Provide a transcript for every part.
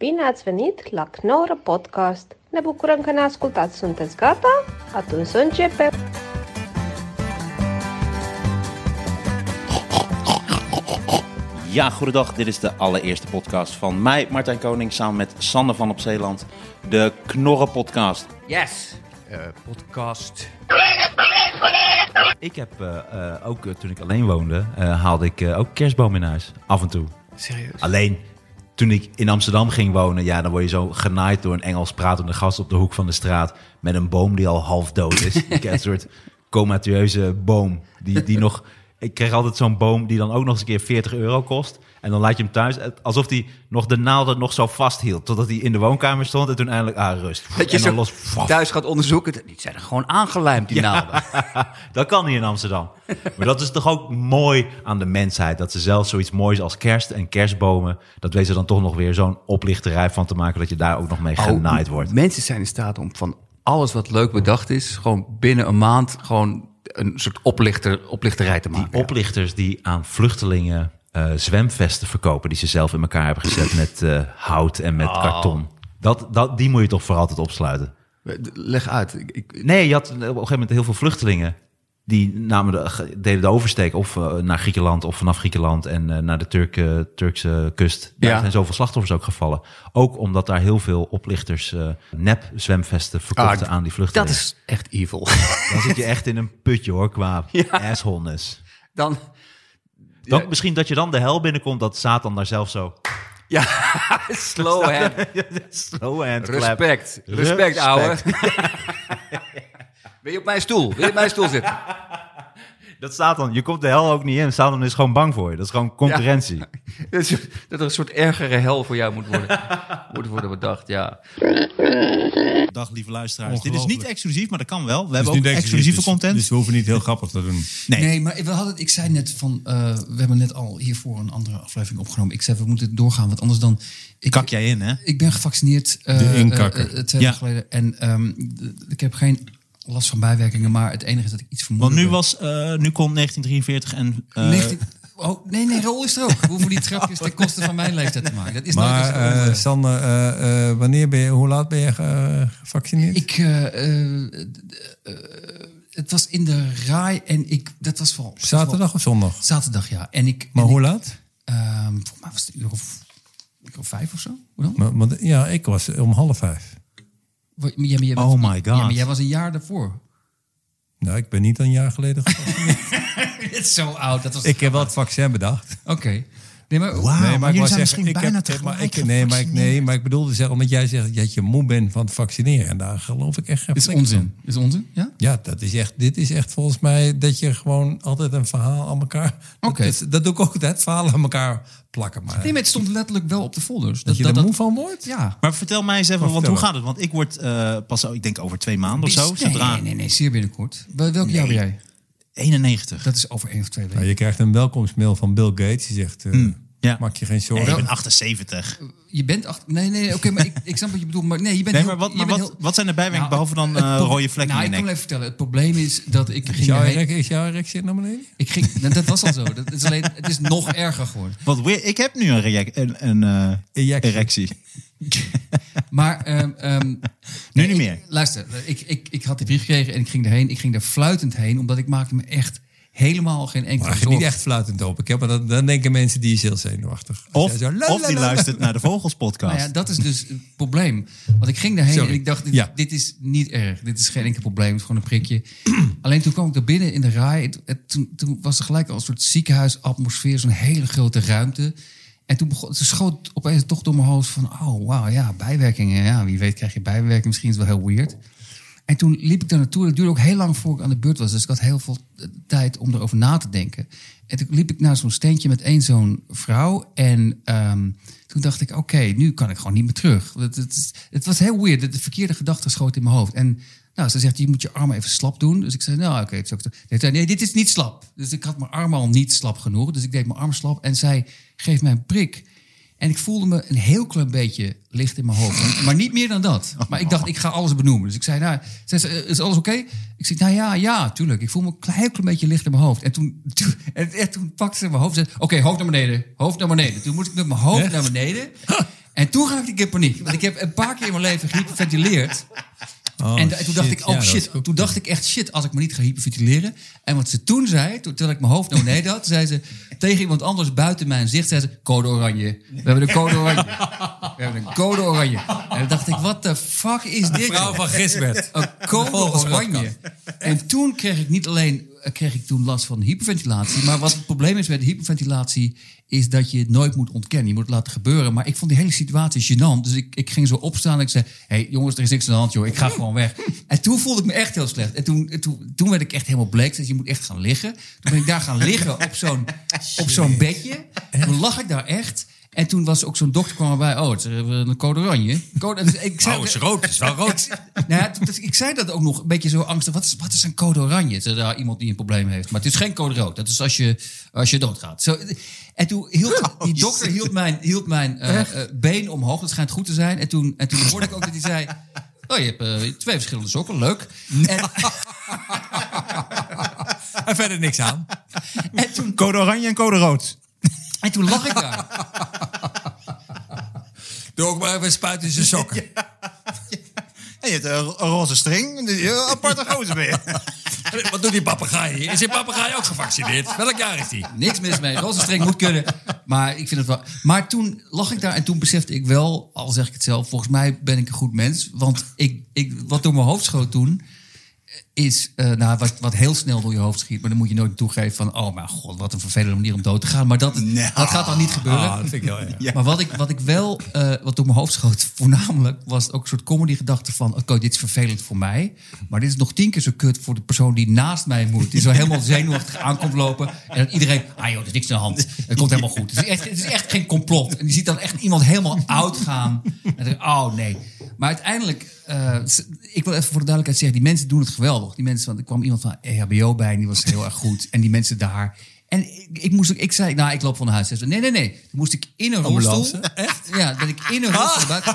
Bine ați venit la Knorr Podcast! Ne bucurăm că ne ascultați. Sunteți gata? Atunci să începem! Ja, goedendag. Dit is de allereerste podcast van mij, Martijn Koning, samen met Sander van op Zeeland. De Knorren Podcast. Yes, podcast. Ik heb ook, toen ik alleen woonde, haalde ik ook kerstboom in huis. Af en toe. Serieus? Alleen, toen ik in Amsterdam ging wonen, ja, dan word je zo genaaid door een Engels pratende gast op de hoek van de straat met een boom die al half dood is. Ik heb een soort comateuze boom die nog... Ik kreeg altijd zo'n boom die dan ook nog eens een keer €40 kost. En dan laat je hem thuis, alsof hij nog de naalden nog zo vasthield. Totdat hij in de woonkamer stond en toen eindelijk, rust. Dat je en dan zo thuis gaat onderzoeken. Die zijn er gewoon aangelijmd, die naalden. Dat kan niet in Amsterdam. Maar dat is toch ook mooi aan de mensheid. Dat ze zelfs zoiets moois als kerst en kerstbomen... dat weet ze dan toch nog weer zo'n oplichterij van te maken... dat je daar ook nog mee genaaid wordt. Mensen zijn in staat om van alles wat leuk bedacht is... gewoon binnen een maand gewoon een soort oplichterij te maken. Die oplichters die aan vluchtelingen zwemvesten verkopen... die ze zelf in elkaar hebben gezet met hout en met karton. Die moet je toch voor altijd opsluiten. Leg uit. Nee, je had op een gegeven moment heel veel vluchtelingen... die deden de oversteek of naar Griekenland of vanaf Griekenland... en naar de Turkse kust. Daar zijn zoveel slachtoffers ook gevallen. Ook omdat daar heel veel oplichters nep zwemvesten verkochten aan die vluchtelingen. Dat is echt evil. Dan zit je echt in een putje hoor, qua assholeness. Dan misschien dat je dan de hel binnenkomt... dat Satan daar zelf zo... Ja, slow hand. Slow hand. Respect, ouwe. Wil je op mijn stoel? Wil je op mijn stoel zitten? Dat staat dan. Je komt de hel ook niet in. Satan is gewoon bang voor je. Dat is gewoon concurrentie. Ja. Dat er een soort ergere hel voor jou moet worden bedacht, ja. Dag lieve luisteraars. Dit is niet exclusief, maar dat kan wel. We hebben ook exclusieve content. Dus we hoeven niet heel grappig te doen. Nee, maar ik zei net van... we hebben net al hiervoor een andere aflevering opgenomen. Ik zei, we moeten doorgaan, want anders dan... Kak jij in, hè? Ik ben gevaccineerd 2 jaar geleden. En ik heb geen... last van bijwerkingen, maar het enige is dat ik iets vermoed. Want nu komt 1943 en... Nee, Rol is er ook. We hoeven die trapjes ten koste van mijn leeftijd te maken. Dat is maar Sander, hoe laat ben je gevaccineerd? Het was in de RAI en dat was wel... Zaterdag of zondag? Zaterdag, ja. Hoe laat? Volgens mij was het een uur of 5 of zo. Hoe dan? Ik was om 4:30. Oh my god. Ja, maar jij was een jaar daarvoor. Nou, ik ben niet een jaar geleden gevaccineerd. Het is zo oud. Ik heb wel het vaccin bedacht. Oké. Nee, maar ik was zeggen, maar ik bedoelde zeggen, omdat jij zegt dat je moe bent van het vaccineren. En daar geloof ik echt geen is onzin. Is onzin? Ja? Ja, dit is echt volgens mij dat je gewoon altijd een verhaal aan elkaar... Okay. Dat doe ik ook altijd, verhalen aan elkaar plakken. Maar, nee, maar het stond letterlijk wel op de folders. Dat je er moe van wordt? Ja. Maar vertel mij eens even, want hoe gaat het? Want ik word pas, ik denk over 2 maanden of zo. Nee, zeer binnenkort. Welk jaar ben jij? 91. Dat is over 1 of 2 weken. Nou, je krijgt een welkomstmail van Bill Gates. Die zegt, maak je geen zorgen. Nee, ik ben 78. Je bent oké, maar ik snap wat je bedoelt. Maar nee, je bent wat zijn de bijwerkingen behalve dan rode vlekken in je nek? Ik kan even vertellen. Het probleem is dat ik... Is jouw erectie naar beneden? Dat was al zo. Het is nog erger geworden. Ik heb nu een erectie. Maar nu niet meer. Luister, ik had die brief gekregen en ik ging erheen. Ik ging er fluitend heen, omdat ik maakte me echt helemaal geen enkele zorg. Niet echt fluitend op. Dan denken mensen die is heel zenuwachtig. Of die luistert naar de Vogelspodcast. Nou ja, dat is dus het probleem. Want ik ging daarheen en ik dacht, dit is niet erg. Dit is geen enkel probleem, het is gewoon een prikje. Alleen toen kwam ik er binnen in de RAI. Toen was er gelijk al een soort ziekenhuisatmosfeer. Zo'n hele grote ruimte. En toen schoot opeens toch door mijn hoofd van... oh, wauw, ja, bijwerkingen. Ja, wie weet krijg je bijwerkingen. Misschien is het wel heel weird. En toen liep ik daar naartoe. Het duurde ook heel lang voor ik aan de beurt was. Dus ik had heel veel tijd om erover na te denken. En toen liep ik naar zo'n steentje met zo'n vrouw. En toen dacht ik, oké, nu kan ik gewoon niet meer terug. Het was heel weird. De verkeerde gedachte schoot in mijn hoofd. En ze zegt, je moet je armen even slap doen. Dus ik zei, oké. Nee, dit is niet slap. Dus ik had mijn armen al niet slap genoeg. Dus ik deed mijn arm slap. En zij geeft mij een prik. En ik voelde me een heel klein beetje licht in mijn hoofd. Maar niet meer dan dat. Maar ik dacht, ik ga alles benoemen. Dus ik zei, is alles oké? Ik zei, ja, tuurlijk. Ik voel me een heel klein beetje licht in mijn hoofd. En toen pakte ze mijn hoofd en zei, oké, hoofd naar beneden. Toen moest ik met mijn hoofd naar beneden. En toen raakte ik in paniek. Want ik heb een paar keer in mijn leven gehyperventileerd. En toen dacht ik, shit. Toen dacht ik echt, shit, als ik me niet ga hyperventileren. En wat ze toen zei, terwijl ik mijn hoofd naar beneden had, zei ze tegen iemand anders buiten mijn zicht, zei ze, code oranje. We hebben een code oranje. We hebben een code oranje. En dan dacht ik, what the fuck is dit? Vrouw van Gisbert. Een code oranje. En toen kreeg ik niet alleen last van hyperventilatie. Maar wat het probleem is met hyperventilatie, is dat je het nooit moet ontkennen. Je moet het laten gebeuren. Maar ik vond die hele situatie gênant. Dus ik ging zo opstaan en ik zei, hey, jongens, er is niks aan de hand, joh. Ik ga gewoon weg. En toen voelde ik me echt heel slecht. En toen werd ik echt helemaal bleek. Dus je moet echt gaan liggen. Toen ben ik daar gaan liggen op zo'n bedje. Toen lag ik daar echt. En toen was ook zo'n dokter kwam erbij. Het is een code oranje. Het is rood. Het is wel rood. Ik zei dat ook nog een beetje zo angstig. Wat is een code oranje? Het is iemand die een probleem heeft. Maar het is geen code rood. Dat is als je doodgaat. En toen die dokter hield mijn been omhoog. Dat schijnt goed te zijn. En toen hoorde ik ook dat hij zei, je hebt 2 verschillende sokken. Leuk. En verder niks aan. En toen, code oranje en code rood. En toen lag ik daar. Doe ook maar even spuiten in zijn sokken. En je hebt een roze string. Een aparte gozer ben je. Wat doet die papegaai hier? Is die papegaai ook gevaccineerd? Welk jaar is die? Niks mis mee. Roze string moet kunnen. Maar ik vind het wel. Maar toen lag ik daar en toen besefte ik wel, al zeg ik het zelf, volgens mij ben ik een goed mens. Want wat door mijn hoofd schoot toen, is wat heel snel door je hoofd schiet. Maar dan moet je nooit toegeven van, oh mijn god, wat een vervelende manier om dood te gaan. Maar dat gaat dan niet gebeuren. Dat vind ik heel erg. Ja. Maar wat door mijn hoofd schoot, voornamelijk, was ook een soort comedy gedachte van, oké, dit is vervelend voor mij. Maar dit is nog 10 keer zo kut voor de persoon die naast mij moet. Die zo helemaal zenuwachtig aankomt lopen. En dat iedereen, joh, er is niks aan de hand. Het komt helemaal goed. Het is echt geen complot. En die ziet dan echt iemand helemaal oud gaan. En dan, oh nee. Maar uiteindelijk, ik wil even voor de duidelijkheid zeggen, die mensen doen het geweldig. Die mensen, want er kwam iemand van EHBO bij en die was heel erg goed. En die mensen daar. En ik zei, ik loop van de huis. Nee. Toen moest ik in een rolstoel. Echt? Ja, ben ik in een rolstoel buiten.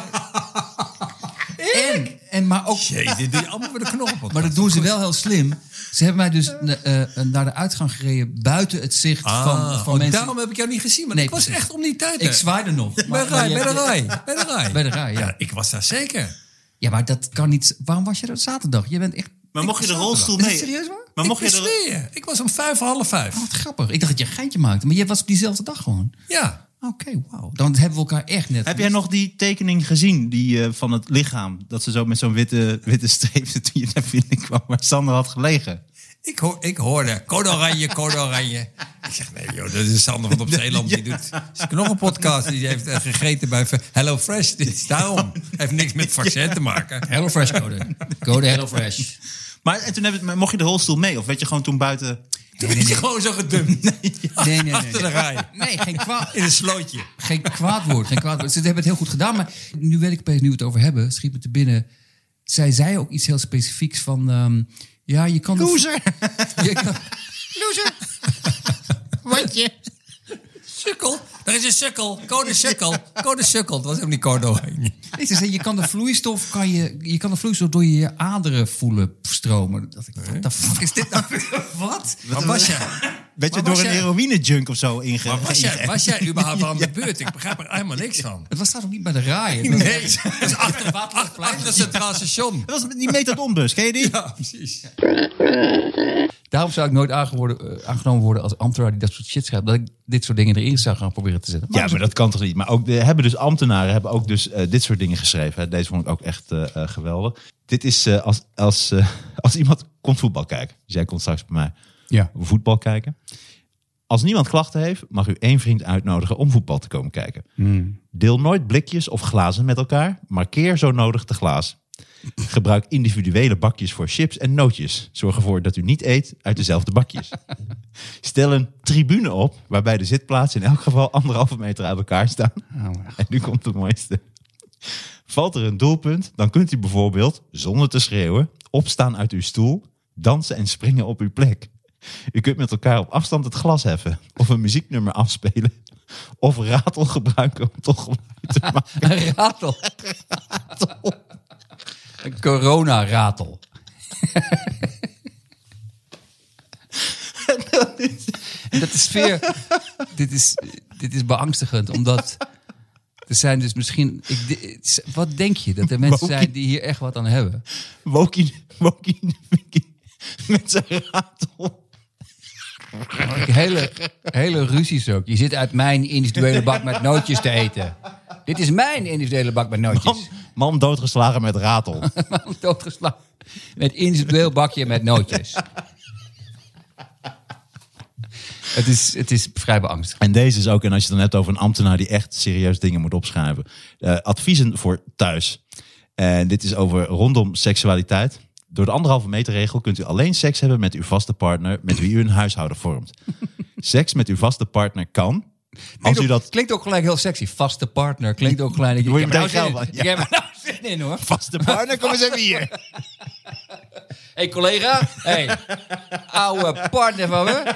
Maar ook. Jee, dit doe je allemaal voor de knoppen. Maar dat doen ze wel heel slim. Ze hebben mij dus naar de uitgang gereden buiten het zicht van mensen. Daarom heb ik jou niet gezien. Maar ik was echt om die tijd. Ik zwaaide nog. Bij de rij. Ja, ik was daar zeker. Ja, maar dat kan niet. Waarom was je er zaterdag? Je bent echt. Maar mocht je de rolstoel mee? Is het serieus waar? Maar mocht je ik was om 4:30. Wat grappig. Ik dacht dat je een geintje maakte. Maar je was op diezelfde dag gewoon. Ja. Oké, wauw. Dan hebben we elkaar echt net. Heb jij nog die tekening gezien van het lichaam? Dat ze zo met zo'n witte streep toen je naar binnen kwam waar Sander had gelegen. Ik hoorde code oranje. Ik zeg, nee joh, dat is Sander van op Zeeland. Die doet nog een podcast. Die heeft gegeten bij Hello Fresh. Dit is daarom. Heeft niks met vaccin te maken. Hello Fresh code. Code Hello Fresh. Maar en toen mocht je de rolstoel mee? Of werd je gewoon toen buiten? Toen werd je gewoon zo gedumpt. Nee. Achter de rij. Nee, geen kwaad. In een slootje. Geen kwaad woord. Ze hebben het heel goed gedaan. Maar nu weet ik opeens, nu we het over hebben, schiet me te binnen. Zij zei ook iets heel specifieks van. Je kan. Loser! Loser! Watje. Sukkel. Er is een sukkel. Code sukkel. Dat was helemaal niet code oranje. Je kan de vloeistof door je aderen voelen stromen. What the fuck is dit nou? Wat? Wat was jij? Ben je door een heroïne-junk of zo ingegaan? Was jij überhaupt aan de beurt? Ik begrijp er helemaal niks van. Het was daar ook niet bij de raaien. Nee, het is achter het Waterloopplein. Achter het Centraal Station. Dat was die metadonbus, ken je die? Ja, precies. Daarom zou ik nooit aangenomen worden als ambtenaar die dat soort shit schrijft. Dat ik dit soort dingen erin zou gaan proberen te zetten. Maar dat kan toch niet? Maar ook ambtenaren hebben ook dus dit soort dingen geschreven. Hè. Deze vond ik ook echt geweldig. Dit is als iemand komt voetbal kijken. Dus jij komt straks bij mij voetbal kijken. Als niemand klachten heeft, mag u 1 vriend uitnodigen om voetbal te komen kijken. Deel nooit blikjes of glazen met elkaar. Markeer zo nodig de glazen. Gebruik individuele bakjes voor chips en nootjes. Zorg ervoor dat u niet eet uit dezelfde bakjes. Stel een tribune op waarbij de zitplaatsen in elk geval 1,5 meter uit elkaar staan. En nu komt het mooiste. Valt er een doelpunt, dan kunt u bijvoorbeeld, zonder te schreeuwen, opstaan uit uw stoel, dansen en springen op uw plek. U kunt met elkaar op afstand het glas heffen of een muzieknummer afspelen. Of ratel gebruiken om toch geluid te maken. Een ratel. Een corona-ratel. En dat is sfeer. Dit is beangstigend, omdat Er zijn dus misschien... wat denk je? Dat er mensen zijn die hier echt wat aan hebben? Wokie met zijn ratel. Hele ruzies ook. Je zit uit mijn individuele bak met nootjes te eten. Dit is mijn individuele bak met nootjes. Man doodgeslagen met ratel. Man doodgeslagen met individueel bakje met nootjes. Het is vrij beangstigend. En deze is ook, en als je het dan hebt over een ambtenaar die echt serieus dingen moet opschrijven. Adviezen voor thuis. En dit is rondom seksualiteit. Door de 1,5 meter regel kunt u alleen seks hebben met uw vaste partner met wie u een huishouden vormt. Seks met uw vaste partner kan. Klinkt ook gelijk heel sexy. Vaste partner. Klinkt ook gelijk. Ik heb er nou zin in hoor. Vaste partner, kom eens even hier. Hey collega. Hey. Oude partner van me.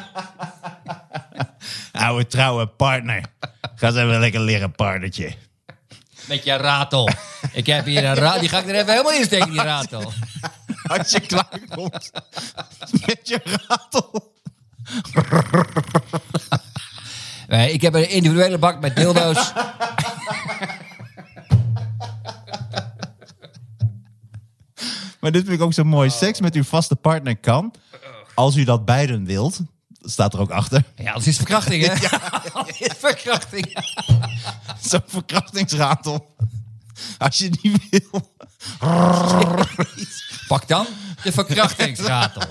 Oude trouwe partner. Ga eens even lekker leren, partnertje. Met je ratel. Ik heb hier een ratel. Die ga ik er even helemaal in steken, die ratel. Als je klaar komt met je ratel. Ik heb een individuele bak met dildo's. Maar dit vind ik ook zo mooi. Seks met uw vaste partner kan. Als u dat beiden wilt. Staat er ook achter. Ja, dat is verkrachting, hè? Ja. Dat is verkrachting. Zo'n verkrachtingsratel. Als je het niet wil. Pak dan de verkrachtingsratel.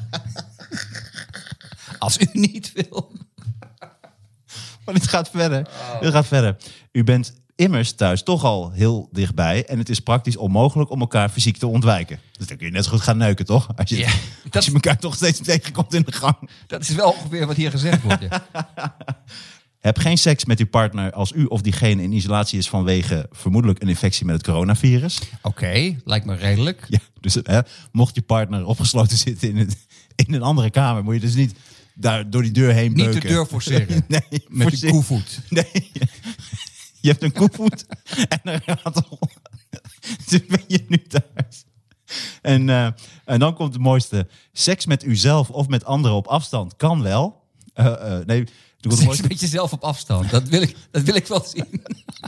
Als u niet wil. Maar dit gaat verder. Dit gaat verder. U bent immers thuis toch al heel dichtbij. En het is praktisch onmogelijk om elkaar fysiek te ontwijken. Dus dan kun je net zo goed gaan neuken, toch? Als je elkaar toch steeds tegenkomt in de gang. Dat is wel ongeveer wat hier gezegd wordt. Ja. Heb geen seks met uw partner als u of diegene in isolatie is vanwege vermoedelijk een infectie met het coronavirus. Oké, lijkt me redelijk. Ja, dus mocht je partner opgesloten zitten in een andere kamer, moet je dus niet daar door die deur heen beuken. Niet de deur forceren. Nee, met een koevoet. Nee, je hebt een koevoet en een ratel. Dus ben je nu thuis. En dan komt het mooiste. Seks met uzelf of met anderen op afstand kan wel. Seks met jezelf op afstand. Dat wil ik wel zien.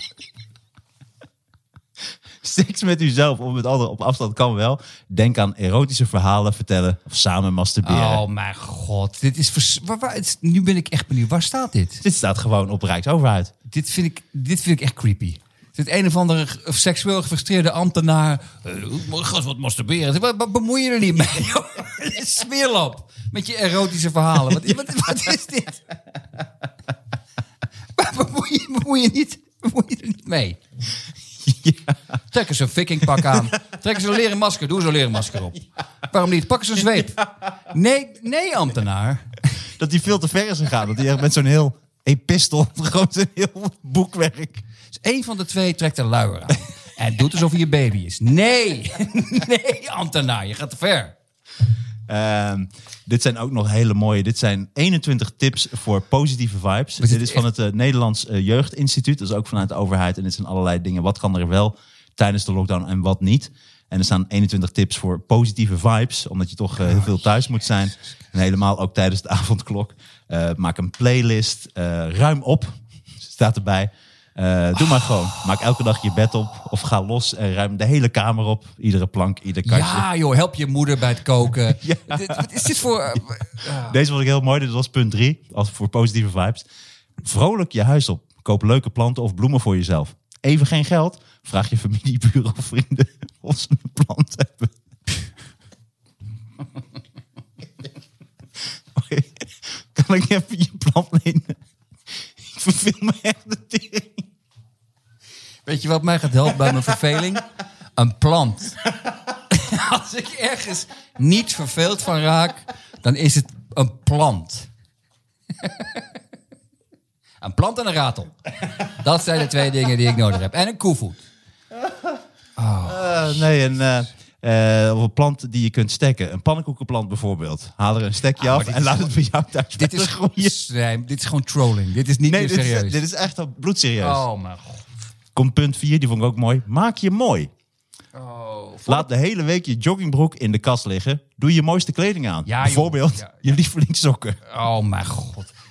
Seks met uzelf of met anderen op afstand kan wel. Denk aan erotische verhalen vertellen of samen masturberen. Oh mijn god. Dit is nu ben ik echt benieuwd. Waar staat dit? Dit staat gewoon op Rijksoverheid. Dit vind ik echt creepy. Het een of andere seksueel gefrustreerde ambtenaar. Ga eens wat masturberen. Wat bemoei je er niet mee? Smeerlap. Met je erotische verhalen. Wat is dit? Bemoei je er niet mee? Ja. Trek eens een vikingpak aan. Trek eens een leren masker. Doe eens een leren masker op. Waarom niet? Pak eens een zweep. Ja. Nee, ambtenaar. Dat hij veel te ver is gegaan. Dat hij echt met zo'n heel epistel, gewoon zo'n heel boekwerk. Dus één van de twee trekt een luier aan. En doet alsof hij je baby is. Nee, ambtenaar. Je gaat te ver. Dit zijn ook nog hele mooie. Dit zijn 21 tips voor positieve vibes. Dit is van het Nederlands Jeugdinstituut. Dat is ook vanuit de overheid. En dit zijn allerlei dingen. Wat kan er wel tijdens de lockdown en wat niet? En er staan 21 tips voor positieve vibes. Omdat je toch heel veel thuis moet zijn. En helemaal ook tijdens de avondklok. Maak een playlist. Ruim op. Staat erbij. Doe maar gewoon. Maak elke dag je bed op. Of ga los en ruim de hele kamer op. Iedere plank, ieder kastje. Ja joh, help je moeder bij het koken. Ja. Wat is dit voor... Deze vond ik heel mooi. Dit was punt 3. Als voor positieve vibes. Vrolijk je huis op. Koop leuke planten of bloemen voor jezelf. Even geen geld. Vraag je familie, buren of vrienden of ze een plant hebben. Okay. Kan ik even je plant lenen? Ik verveel me echt de tering. Weet je wat mij gaat helpen bij mijn verveling? Een plant. Als ik ergens niet verveeld van raak, dan is het een plant. Een plant en een ratel. Dat zijn de 2 dingen die ik nodig heb. En een koevoet. Of een plant die je kunt stekken. Een pannenkoekenplant bijvoorbeeld. Haal er een stekje af en laat het bij jou thuis. Dit is gewoon trolling. Dit is niet meer serieus. Dit is echt bloedserieus. Oh mijn god. Komt punt 4, die vond ik ook mooi. Maak je mooi. Laat de hele week je joggingbroek in de kast liggen. Doe je mooiste kleding aan. Ja, bijvoorbeeld je lievelingssokken. Oh mijn god.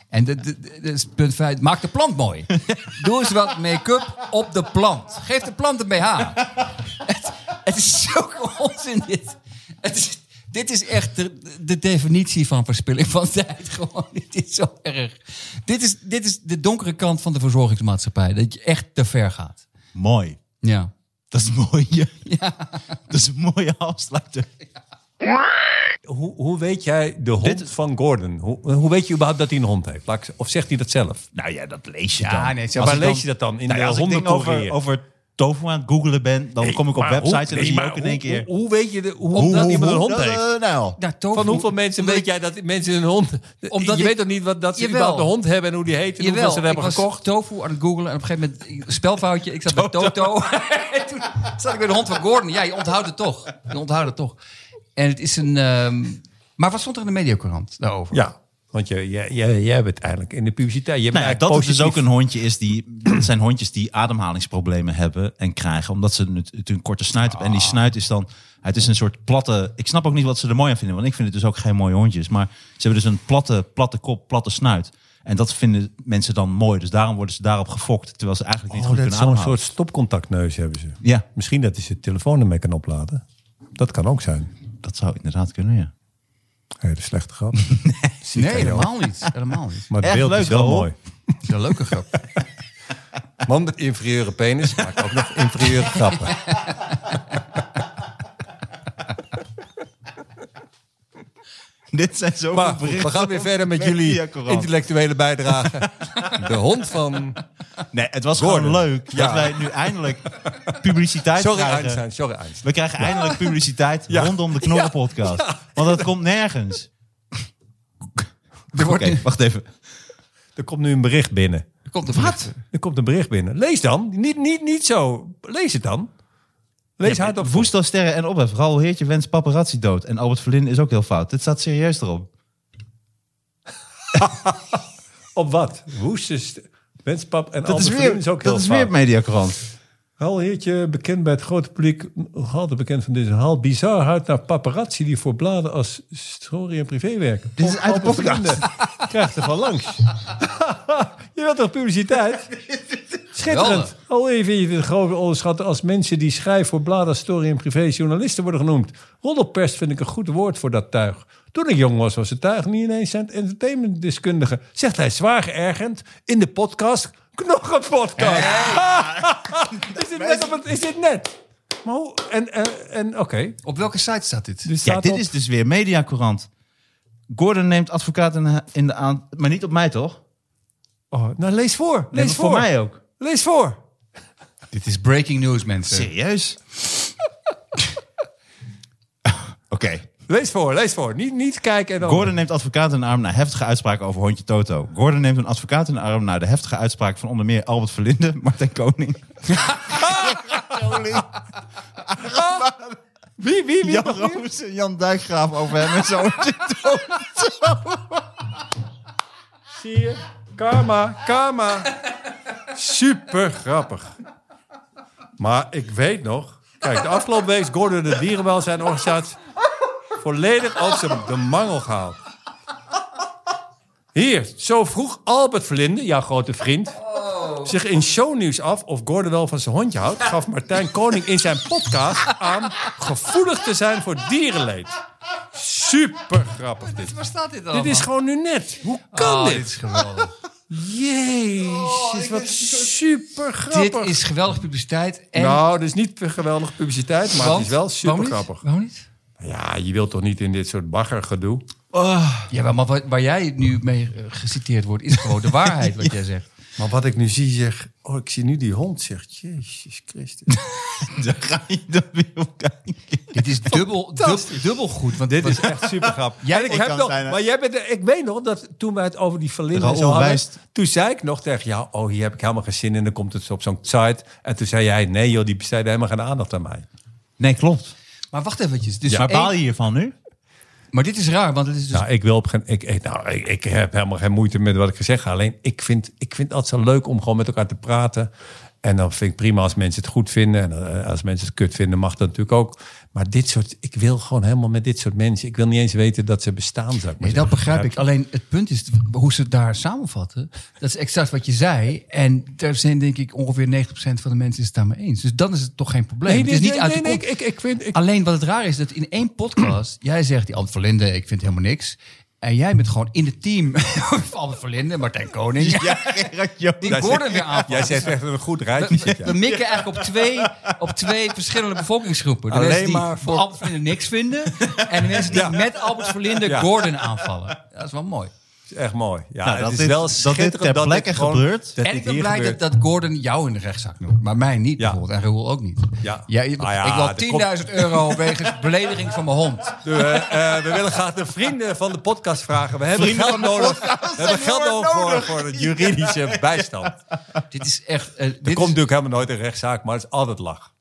En dat is punt 5. Maak de plant mooi. Doe eens wat make-up op de plant. Geef de plant een BH. Het is zulke onzin dit. Dit is echt de definitie van verspilling van tijd. Gewoon, dit is zo erg. Dit is de donkere kant van de verzorgingsmaatschappij. Dat je echt te ver gaat. Mooi. Ja. Dat is mooi. Ja. Dat is een mooie afsluiter. Ja. Hoe weet jij de hond van Gordon? Hoe weet je überhaupt dat hij een hond heeft? Of zegt hij dat zelf? Nou ja, dat lees je dan. Nee, waar lees je dat dan? In de als ik over tofu aan het googelen ben, dan kom ik op websites en dan zie je ook in één keer... Hoe weet je dat iemand een hond heeft? Van hoeveel mensen weet jij dat mensen een hond... Je weet toch niet dat ze überhaupt een hond hebben en hoe die heet en hoeveel ze hebben gekocht? Tofu aan het googelen en op een gegeven moment spelfoutje. Ik zat bij Toto. En toen zat ik bij de hond van Gordon. Ja, je onthoudt het toch. En het is een... Maar wat stond er in de Mediacourant daarover? Ja. Want jij bent eigenlijk in de publiciteit. Dat het dus ook een hondje is dat zijn hondjes die ademhalingsproblemen hebben en krijgen. Omdat ze natuurlijk een korte snuit hebben. En die snuit is dan... Het is een soort platte... Ik snap ook niet wat ze er mooi aan vinden. Want ik vind het dus ook geen mooie hondjes. Maar ze hebben dus een platte kop, platte snuit. En dat vinden mensen dan mooi. Dus daarom worden ze daarop gefokt. Terwijl ze eigenlijk niet goed kunnen ademhalen. Zo'n soort stopcontactneus hebben ze. Ja. Misschien dat hij zijn telefoon ermee kan opladen. Dat kan ook zijn. Dat zou inderdaad kunnen, ja. Hele slechte grap. Nee, helemaal niet. Maar het beeld is wel mooi. Het is een leuke grap. Man met inferieure penis maakt ook nog inferieure grappen. Dit zijn zo berichten. We gaan weer verder met jullie intellectuele bijdrage. De hond van... Nee, het was gewoon leuk dat wij nu eindelijk publiciteit Sorry krijgen. Einstein. We krijgen eindelijk publiciteit rondom de Knorren-podcast. Want dat komt nergens. Oké, wacht even. Er komt nu een bericht binnen. Er komt een bericht binnen. Lees dan. Niet zo. Lees het dan. Lees hard op. Woestel, sterren en ophef. Raoul Heertje wenst paparazzi dood. En Albert Verlinde is ook heel fout. Dit staat serieus erop. Op wat? Woestel, wens pap en Albert Verlinde is ook heel fout. Dat is weer Mediacourant. Raoul Heertje, bekend bij het grote publiek. Altijd bekend van deze haal. Bizar houdt naar paparazzi die voor bladen als story en privé werken. Dit is uit de podcast. Krijgt er van langs. Je wilt toch publiciteit? Schitterend. Al even de grote onderschatten als mensen die schrijven voor bladen, story en privé journalisten worden genoemd. Roddelpers vind ik een goed woord voor dat tuig. Toen ik jong was het tuig niet ineens een entertainmentdeskundige. Zegt hij zwaar geërgerd in de podcast. Nog een podcast. Is dit net? Maar hoe? Oké. Op welke site staat dit? Dit is dus weer Mediacourant. Gordon neemt advocaat in de aan... Maar niet op mij, toch? Oh, nou, lees voor. Lees voor. Voor mij ook. Lees voor. Dit is breaking news, mensen. Serieus? Oké. Lees voor. Niet kijken en dan... Gordon neemt advocaat in de arm na heftige uitspraken over hondje Toto. Gordon neemt een advocaat in de arm na de heftige uitspraak van onder meer Albert Verlinde, Martijn Koning. Wie? Jan Roos en Jan Dijkgraaf over hem en zo. Zie je? Karma. Super grappig. Maar ik weet nog... Kijk, de afgelopen week is Gordon de dierenwelzijnorganisatie volledig over de mangel gehaald. Hier, zo vroeg Albert Verlinde, jouw grote vriend, zich in shownieuws af of Gordon wel van zijn hondje houdt, gaf Martijn Koning in zijn podcast aan gevoelig te zijn voor dierenleed. Super grappig dit. Waar staat dit allemaal? Dit is gewoon nu net. Hoe kan dit? Dit is geweldig. Jezus, wat super grappig. Dit is geweldige publiciteit. En... Nou, dit is niet geweldige publiciteit, maar het is wel super grappig. Waarom niet? Ja, je wilt toch niet in dit soort baggergedoe? Ja, maar waar jij nu mee geciteerd wordt, is gewoon de waarheid wat jij zegt. Maar wat ik nu zie, zeg... Oh, ik zie nu die hond, zegt Jezus Christus. Daar ga je dan weer op kijken. Dit is dubbel goed. Want dit is echt super grappig. Ik weet nog dat toen wij het over die Verlinde hadden... Toen zei ik nog tegen jou... Oh, hier heb ik helemaal geen zin in. Dan komt het op zo'n site. En toen zei jij... Nee joh, die besteden helemaal geen aandacht aan mij. Nee, klopt. Maar wacht eventjes. Dus maar baal je hiervan nu? Maar dit is raar, want het is dus... Nou, ik heb helemaal geen moeite met wat ik gezegd heb. Alleen, ik vind het altijd zo leuk om gewoon met elkaar te praten. En dan vind ik prima als mensen het goed vinden. En als mensen het kut vinden, mag dat natuurlijk ook. Maar ik wil gewoon helemaal met dit soort mensen. Ik wil niet eens weten dat ze bestaan. Nee, dat begrijp ik. Alleen het punt is hoe ze het daar samenvatten. Dat is exact wat je zei. En daar zijn denk ik ongeveer 90% van de mensen is het daarmee eens. Dus dan is het toch geen probleem. Alleen wat het raar is, dat in 1 podcast... jij zegt, die Albert Verlinde, ik vind helemaal niks... En jij bent gewoon in het team van Verlinde, Martijn Koning. Die Gordon weer aanvallen. Jij zegt echt een goed rijtje. We mikken eigenlijk op twee verschillende bevolkingsgroepen. De mensen die voor Albert Verlinde niks vinden. En de mensen die met Albert Verlinde Gordon aanvallen. Dat is wel mooi. is echt mooi. Ja, Nou, het is wel schitterend ter plekke gebeurt. En ik ben blij dat Gordon jou in de rechtszaak noemt. Maar mij niet bijvoorbeeld. En Raoul ook niet. Ja. Ik wil 10.000 euro wegens belediging van mijn hond. We willen graag de vrienden van de podcast vragen. We hebben geld nodig. We hebben geld nodig voor de juridische bijstand. Dit is echt... Er komt natuurlijk helemaal nooit een rechtszaak, maar het is altijd lach.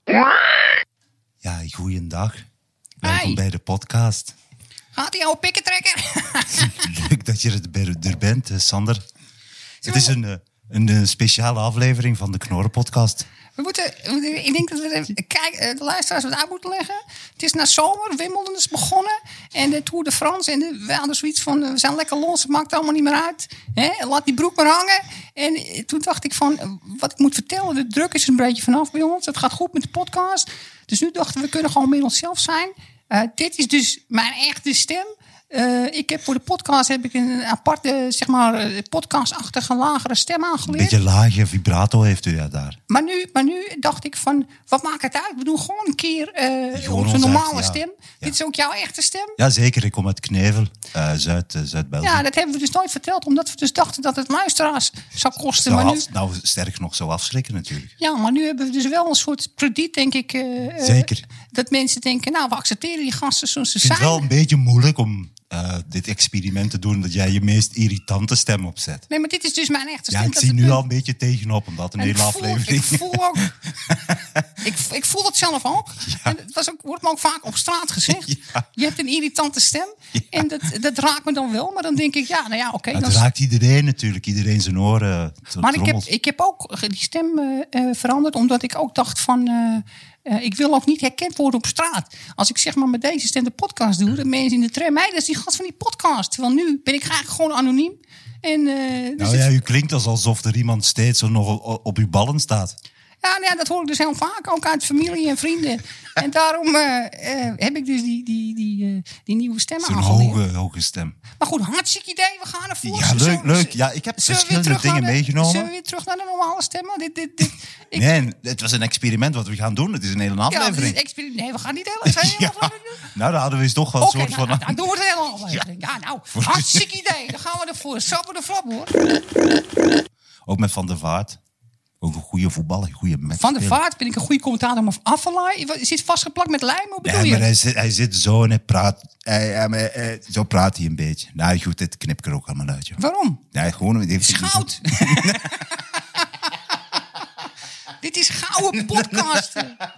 Ja, goeiedag. Welkom bij de podcast. Gaat hij jouw pikken trekken? Leuk dat je er bent, Sander. Het is een speciale aflevering van de Knorren-podcast. Ik denk dat we de luisteraars wat uit moeten leggen. Het is na zomer, Wimbledon is begonnen. En de Tour de France. En we hadden zoiets van, we zijn lekker los, het maakt allemaal niet meer uit. Laat die broek maar hangen. En toen dacht ik van, wat ik moet vertellen, de druk is een beetje vanaf bij ons. Het gaat goed met de podcast. Dus nu dachten we kunnen gewoon met onszelf zijn. Dit is dus mijn echte stem. Ik heb voor de podcast een aparte, zeg maar, podcastachtige lagere stem aangeleerd. Een beetje lage vibrato heeft u daar. Maar nu dacht ik van, wat maakt het uit? We doen gewoon een keer onze normale stem. Ja. Dit is ook jouw echte stem? Ja, zeker. Ik kom uit Knevel, Zuid-België. Ja, dat hebben we dus nooit verteld. Omdat we dus dachten dat het luisteraars zou kosten. Nou, sterk nog zou afschrikken natuurlijk. Ja, maar nu hebben we dus wel een soort krediet, denk ik. Zeker. Dat mensen denken, nou, we accepteren die gasten zoals ze zijn. Ik vind het wel een beetje moeilijk om dit experiment te doen, dat jij je meest irritante stem opzet. Nee, maar dit is dus mijn echte stem. Ja, ik zie nu al een beetje tegenop, omdat een hele aflevering... Ik voel ook... ik voel het zelf ook. Ja. En het wordt me ook vaak op straat gezegd. Ja. Je hebt een irritante stem. Ja. En dat raakt me dan wel. Maar dan denk ik, oké. Het raakt iedereen natuurlijk. Iedereen zijn oren. Maar ik heb ook die stem veranderd, omdat ik ook dacht van... ik wil ook niet herkend worden op straat. Als ik zeg maar met deze stem de podcast doe, de mensen in de tram, dat is die gast van die podcast. Terwijl nu ben ik graag gewoon anoniem. En, u klinkt alsof er iemand steeds nog op uw ballen staat. Ja, dat hoor ik dus heel vaak, ook uit familie en vrienden. En daarom heb ik dus die nieuwe stem aangeleerd. Zo'n hoge stem. Maar goed, hartstikke idee, we gaan ervoor. Ja, leuk. Ja, ik heb verschillende dingen meegenomen. Zullen we weer terug naar de normale stemmen? Nee, het was een experiment wat we gaan doen. Het is een hele aflevering. Nee, we gaan niet de hele aflevering doen. Nou, dan hadden we eens toch wel een soort van... Dan doen we het hele aflevering. Ja, nou, hartstikke idee. Dan gaan we ervoor. Sappen de flap, hoor. Ook met Van der Vaart. Ook een goede voetballer, een goede match. Van der Vaart ben ik een goede commentator, maar Affelay zit vastgeplakt met lijm, hoe bedoel je? Maar hij zit zo en hij praat. Zo praat hij een beetje. Nou goed, dit knip ik er ook allemaal uit. Joh. Waarom? Ja, gewoon... Het is goud. Dit is gouden podcast.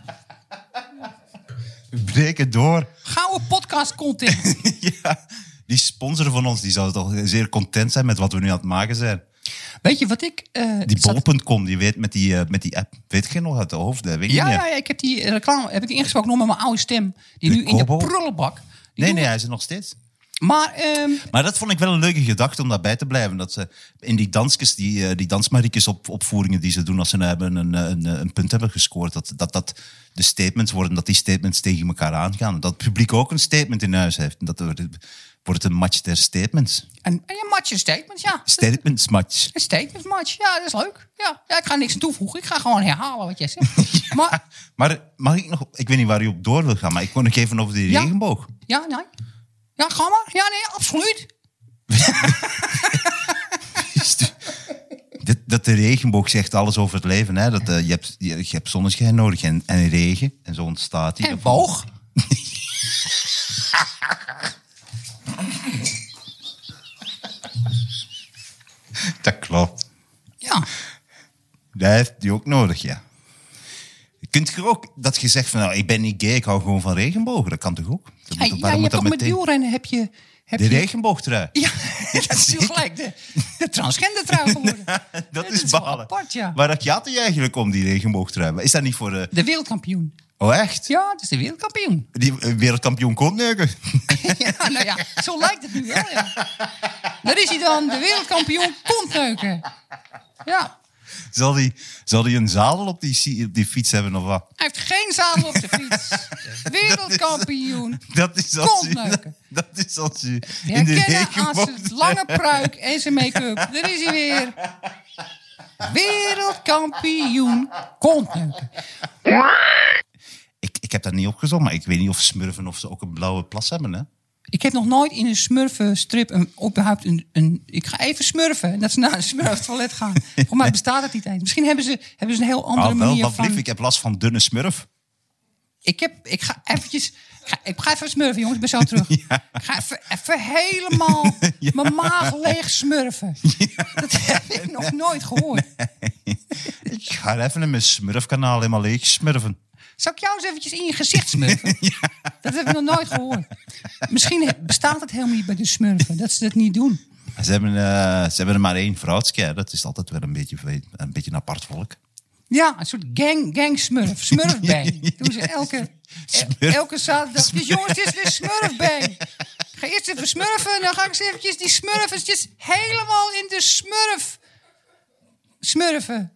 Breek het door. Gouden podcast content. Ja, die sponsoren van ons, die zouden toch zeer content zijn met wat we nu aan het maken zijn. Weet je wat ik... die bol.com, die weet met die app. Weet je nog uit de hoofd? Ja, ik heb die reclame ingesproken nog met mijn oude stem. Die nu in de prullenbak... Nee, hij is er nog steeds. Maar dat vond ik wel een leuke gedachte om daarbij te blijven. Dat ze in die dansjes, die dansmariekes opvoeringen die ze doen als ze een punt hebben gescoord. Dat de statements worden, dat die statements tegen elkaar aangaan. Dat het publiek ook een statement in huis heeft. En dat wordt een match der statements. Een match, een statement, ja. Statements match. Een statement match, ja, dat is leuk. Ja, ik ga niks aan toevoegen. Ik ga gewoon herhalen wat jij zegt. Ja, maar mag ik nog... Ik weet niet waar u op door wil gaan, maar ik wil nog even over die regenboog. Ja, nee. Ja, ga maar. Ja, nee, absoluut. Dat de regenboog zegt alles over het leven. Hè? Dat, je hebt zonneschijn nodig en regen. En zo ontstaat die. En boog. Dat klopt. Ja. Dat heeft die ook nodig, ja. Kunt je ook dat je zegt van, nou, ik ben niet gay, ik hou gewoon van regenbogen. Dat kan toch ook? Je hebt toch met wielrennen heb De regenboogtrui. Ja, dat is nu gelijk de transgender trui geworden. Dat is balen. Apart, ja. Waar gaat hij eigenlijk om, die regenboogtrui? Is dat niet voor... De wereldkampioen. Oh, echt? Ja, het is de wereldkampioen. Die wereldkampioen kontneuken. Ja, nou ja, zo lijkt het nu wel, ja. Daar is hij dan, de wereldkampioen kontneuken. Ja. Zal die een zadel op die fiets hebben of wat? Hij heeft geen zadel op de fiets. Wereldkampioen Dat is kontneuken. Dat is als u Je in de herkennen aan regenboog... zijn lange pruik en zijn make-up. Daar is hij weer. Wereldkampioen kontneuken. Ik heb dat niet opgezocht, maar ik weet niet of smurfen of ze ook een blauwe plas hebben, hè? Ik heb nog nooit in een smurfenstrip überhaupt een... Ik ga even smurfen. Dat ze naar een smurftoilet gaan. Voor mij bestaat het niet eens. Misschien hebben ze een heel andere manier wat van... lief, ik heb last van dunne smurf. Ik ga eventjes... Ik ga even smurfen, jongens. Ik ben zo terug. Ja. Ik ga even helemaal mijn maag leeg smurfen. Ja. Dat heb ik nog nooit gehoord. Nee. Ik ga even in mijn smurfkanaal helemaal leeg smurfen. Zou ik jou eens eventjes in je gezicht smurfen? Ja. Dat heb ik nog nooit gehoord. Misschien bestaat het helemaal niet bij de smurfen. Dat ze dat niet doen. Ze hebben er maar één vrouwtje. Dat is altijd wel een beetje een apart volk. Ja, een soort gang smurf. Smurfbang. Doen ze elke zaterdag. Dus jongens, dit is weer smurfbang. Ik ga eerst even smurfen. En dan ga ik eens eventjes die smurfers helemaal in de smurfen.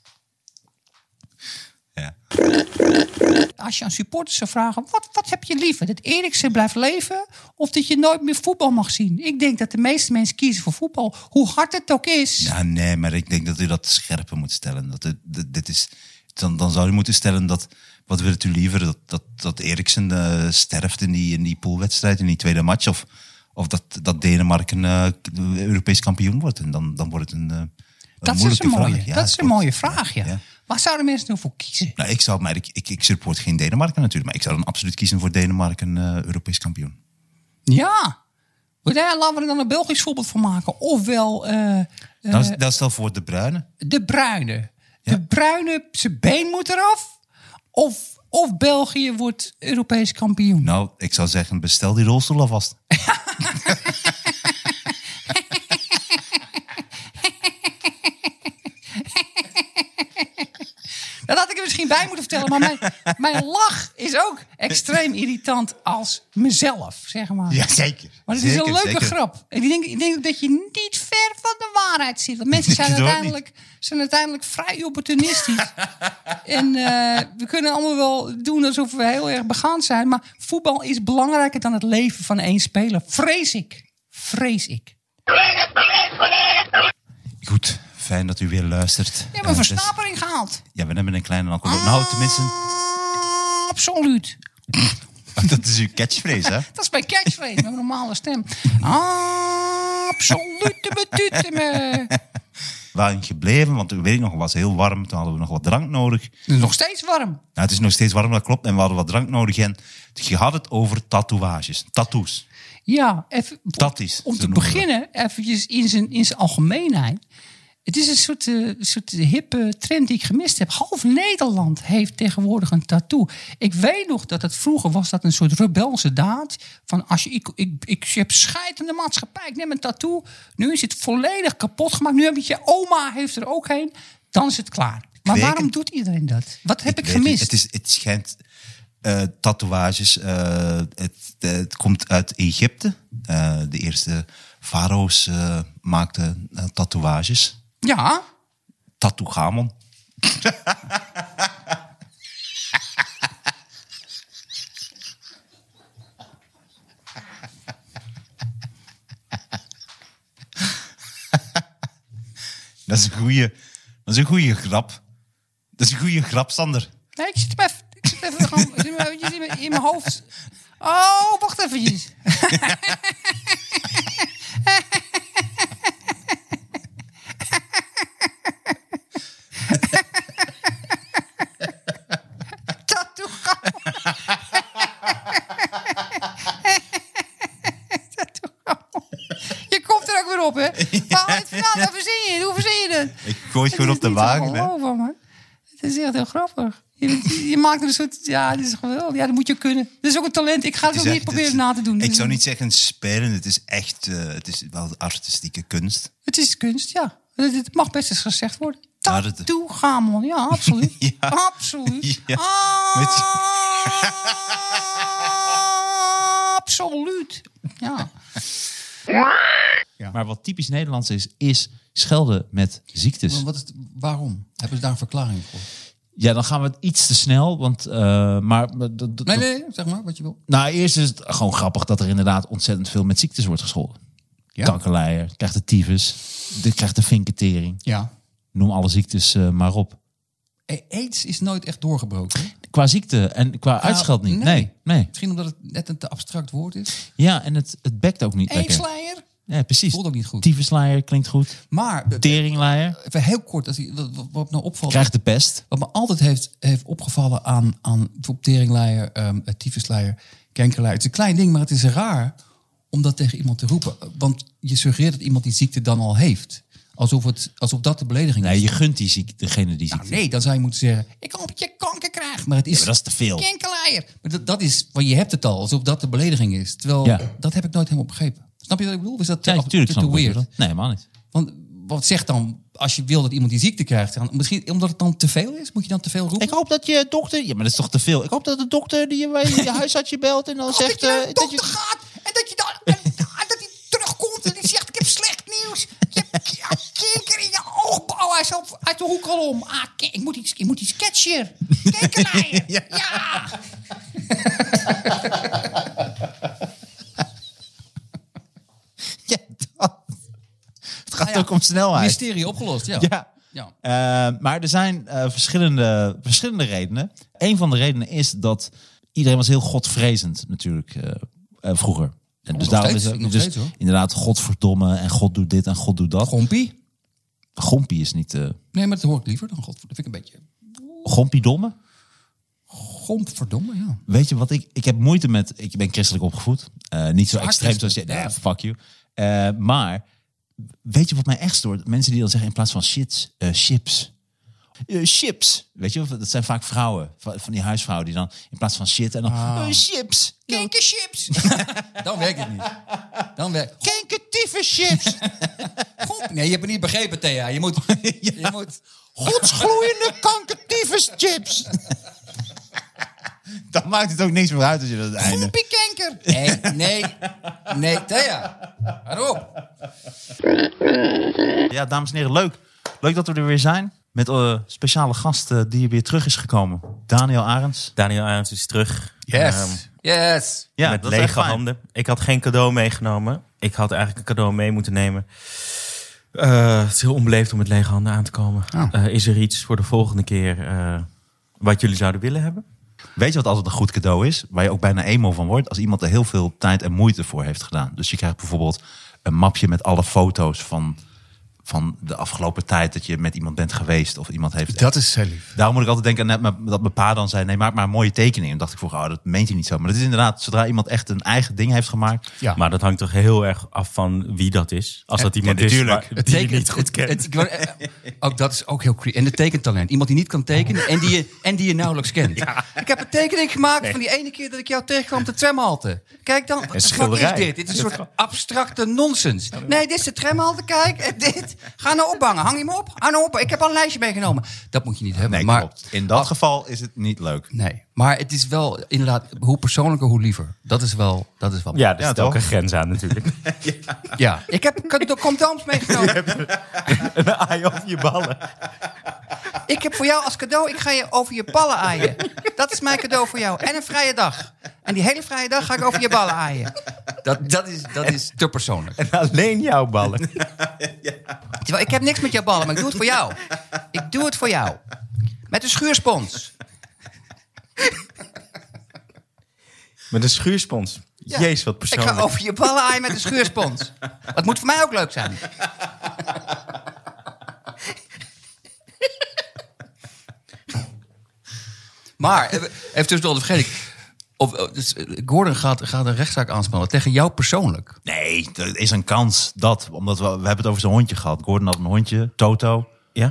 Ja. Als je aan supporters zou vragen, wat heb je liever? Dat Eriksen blijft leven of dat je nooit meer voetbal mag zien? Ik denk dat de meeste mensen kiezen voor voetbal, hoe hard het ook is. Ja, nee, maar ik denk dat u dat scherper moet stellen. Dan zou u moeten stellen dat, wat wilt u liever? Dat Eriksen sterft in die poolwedstrijd, in die tweede match? Of dat Denemarken Europees kampioen wordt? En dan wordt het een moeilijke vraag. Ja, dat is een mooie vraag, ja. Waar zouden mensen nou voor kiezen? Nou, ik support geen Denemarken natuurlijk. Maar ik zou dan absoluut kiezen voor Denemarken Europees kampioen. Ja. Laten we er dan een Belgisch voorbeeld van maken. Ofwel... dat stel voor De Bruyne. De Bruyne. Ja. De Bruyne, zijn been moet eraf. Of België wordt Europees kampioen. Nou, ik zou zeggen, bestel die rolstoel alvast. Dat had ik er misschien bij moeten vertellen. Maar mijn lach is ook extreem irritant als mezelf, zeg maar. Ja, zeker. Maar het is een leuke grap. En ik denk dat je niet ver van de waarheid zit. Want mensen zijn uiteindelijk vrij opportunistisch. En we kunnen allemaal wel doen alsof we heel erg begaan zijn. Maar voetbal is belangrijker dan het leven van één speler. Vrees ik. Goed. Fijn dat u weer luistert. Je hebt een versnapering gehaald. Ja, we hebben een kleine alcohol. Nou, tenminste... Absoluut. Dat is uw catchphrase, hè? Dat is mijn catchphrase, mijn normale stem. Absolute betuteme. We waren gebleven, want weet ik nog, het was heel warm. Toen hadden we nog wat drank nodig. Het is nog steeds warm. Nou, het is nog steeds warm, dat klopt. En we hadden wat drank nodig. En je had het over tatoeages. Tattoos. Ja, even... Om te beginnen, eventjes in zijn algemeenheid... Het is een soort hippe trend die ik gemist heb. Half Nederland heeft tegenwoordig een tattoo. Ik weet nog dat het vroeger was dat een soort rebelse daad. Van als ik heb scheid in de maatschappij, ik neem een tattoo. Nu is het volledig kapot gemaakt. Nu heb je oma heeft er ook heen. Dan is het klaar. Maar waarom doet iedereen dat? Wat heb ik gemist? Het schijnt... tatoeages. Het komt uit Egypte. De eerste farao's maakten tatoeages. Ja. Tattoo-gamon. Dat is een goede grap. Dat is een goede grap, Sander. Nee, ik zit even gewoon in mijn hoofd. Oh, wacht eventjes. Op, hè? Hoe verzin je dat? Ik gooi het gewoon op de wagen. Hè? Man. Het is echt heel grappig. Je je maakt er een soort... Ja, dit is geweldig. Ja, dat moet je kunnen. Dat is ook een talent. Ik ga het ook niet proberen na te doen. Ik zou niet zeggen spelen. Het is echt... het is wel artistieke kunst. Het is kunst, ja. Het mag best eens gezegd worden. Tattoo gamon. Ja, absoluut. Ja. Absoluut. Ja. Absoluut. Ja. Ja. Maar wat typisch Nederlands is schelden met ziektes. Waarom? Hebben ze daar een verklaring voor? Ja, dan gaan we het iets te snel. Want, Nee, zeg maar wat je wil. Nou, eerst is het gewoon grappig dat er inderdaad ontzettend veel met ziektes wordt gescholden. Ja? Kankerleier, krijgt de tyfus, krijgt de vinketering. Ja. Noem alle ziektes maar op. AIDS is nooit echt doorgebroken. Hè? Qua ziekte en qua uitscheld niet. Nee. Misschien omdat het net een te abstract woord is. Ja, en het bekt ook niet AIDS-leier. Ja, precies. Voelt ook niet goed. Tyfusleier klinkt goed. Maar teringleier. Even heel kort, wat nou opvalt. Krijgt de pest. Wat me altijd heeft opgevallen aan teringleier, tyfusleier, kankerleier. Het is een klein ding, maar het is raar om dat tegen iemand te roepen. Want je suggereert dat iemand die ziekte dan al heeft. Alsof dat de belediging is. Nee, je gunt die ziekte, degene die ziekte. Nee, dan zou je moeten zeggen... Ik hoop dat je kanker krijgt. Maar het is maar dat is te veel. Kankerleier. Maar dat is, want je hebt het al, alsof dat de belediging is. Terwijl, dat heb ik nooit helemaal begrepen. Snap je wat ik bedoel? Is dat natuurlijk te weird? Nee, helemaal niet. Want wat zegt dan, als je wil dat iemand die ziekte krijgt... Dan, misschien omdat het dan te veel is? Moet je dan te veel roepen? Ik hoop dat je dokter... Ja, maar dat is toch te veel? Ik hoop dat de dokter die je huisarts je belt en dan zegt... dat je naar de dokter gaat en dat je dan... dat hij terugkomt en die zegt, ik heb slecht nieuws. Je hebt kanker in je oogbouw. Hij is uit de hoek al om. Ik moet iets catchen. Kankerleier. Ja. Ja, dat. Het gaat ook om snelheid. Mysterie opgelost, ja. Maar er zijn verschillende redenen. Een van de redenen is dat iedereen was heel godvrezend natuurlijk vroeger. En dus daarom is het dus inderdaad godverdomme en God doet dit en God doet dat. Gompie? Gompie is niet... Nee, maar dat hoor ik liever dan God. Dat vind ik een beetje... Gompiedomme? Gompverdomme, ja. Weet je wat ik heb moeite met... Ik ben christelijk opgevoed. Niet zo extreem zoals je... Nee, fuck you. Maar weet je wat mij echt stoort? Mensen die dan zeggen in plaats van chips. Chips. Weet je, dat zijn vaak vrouwen. Van die huisvrouwen die dan in plaats van shit en dan... chips. Kankerchips. Dan werkt het niet. Kankertyfuschips. Nee, je hebt het niet begrepen, Thea. Je moet... Godsgloeiende kankertyfuschips. Dan maakt het ook niks meer uit als je dat het einde... Gompiekanker. Nee, Thea. Hou op. Ja, dames en heren, leuk dat we er weer zijn. Met speciale gast die weer terug is gekomen. Daniel Arends. Daniel Arends is terug. Yes. Ja, met lege handen. Ik had geen cadeau meegenomen. Ik had eigenlijk een cadeau mee moeten nemen. Het is heel onbeleefd om met lege handen aan te komen. Is er iets voor de volgende keer wat jullie zouden willen hebben? Weet je wat altijd een goed cadeau is? Waar je ook bijna emo van wordt. Als iemand er heel veel tijd en moeite voor heeft gedaan. Dus je krijgt bijvoorbeeld een mapje met alle foto's van de afgelopen tijd dat je met iemand bent geweest of iemand heeft. Dat is heel lief. Daarom moet ik altijd denken dat mijn pa dan zei, nee, maak maar een mooie tekening. En dacht ik vroeger, dat meent hij niet zo. Maar dat is inderdaad, zodra iemand echt een eigen ding heeft gemaakt. Ja. Maar dat hangt toch heel erg af van wie dat is. Als dat iemand is die je niet goed kent. Ook dat is ook heel creepy. En de tekentalent. Iemand die niet kan tekenen en die je nauwelijks kent. Ja. Ik heb een tekening gemaakt van die ene keer dat ik jou tegenkwam op de tramhalte. Kijk dan, wat is dit? Dit is een soort abstracte nonsens. Nee, dit is de tramhalte, kijk. Dit. Ga nou ophangen. Hang je hem op? Hang nou op. Ik heb al een lijstje meegenomen. Dat moet je niet hebben. Nee, maar klopt. In dat geval is het niet leuk. Nee, maar het is wel inderdaad, hoe persoonlijker, hoe liever. Dat is wel. Ja, er zit ook een grens aan natuurlijk. Ja. Ik heb condooms meegenomen. Een aai over je ballen. Ik heb voor jou als cadeau, ik ga je over je ballen aaien. Dat is mijn cadeau voor jou. En een vrije dag. En die hele vrije dag ga ik over je ballen aaien. Dat is te persoonlijk. En alleen jouw ballen. Terwijl ik heb niks met jouw ballen, maar ik doe het voor jou. Ik doe het voor jou. Met een schuurspons. Met een schuurspons? Ja. Jezus, wat persoonlijk. Ik ga over je ballen aaien met een schuurspons. Dat moet voor mij ook leuk zijn. Maar, even tussendoor, dat vergeet ik. Dus Gordon gaat een rechtszaak aanspannen tegen jou persoonlijk. Nee, er is een kans omdat we hebben het over zijn hondje gehad. Gordon had een hondje, Toto. Ja.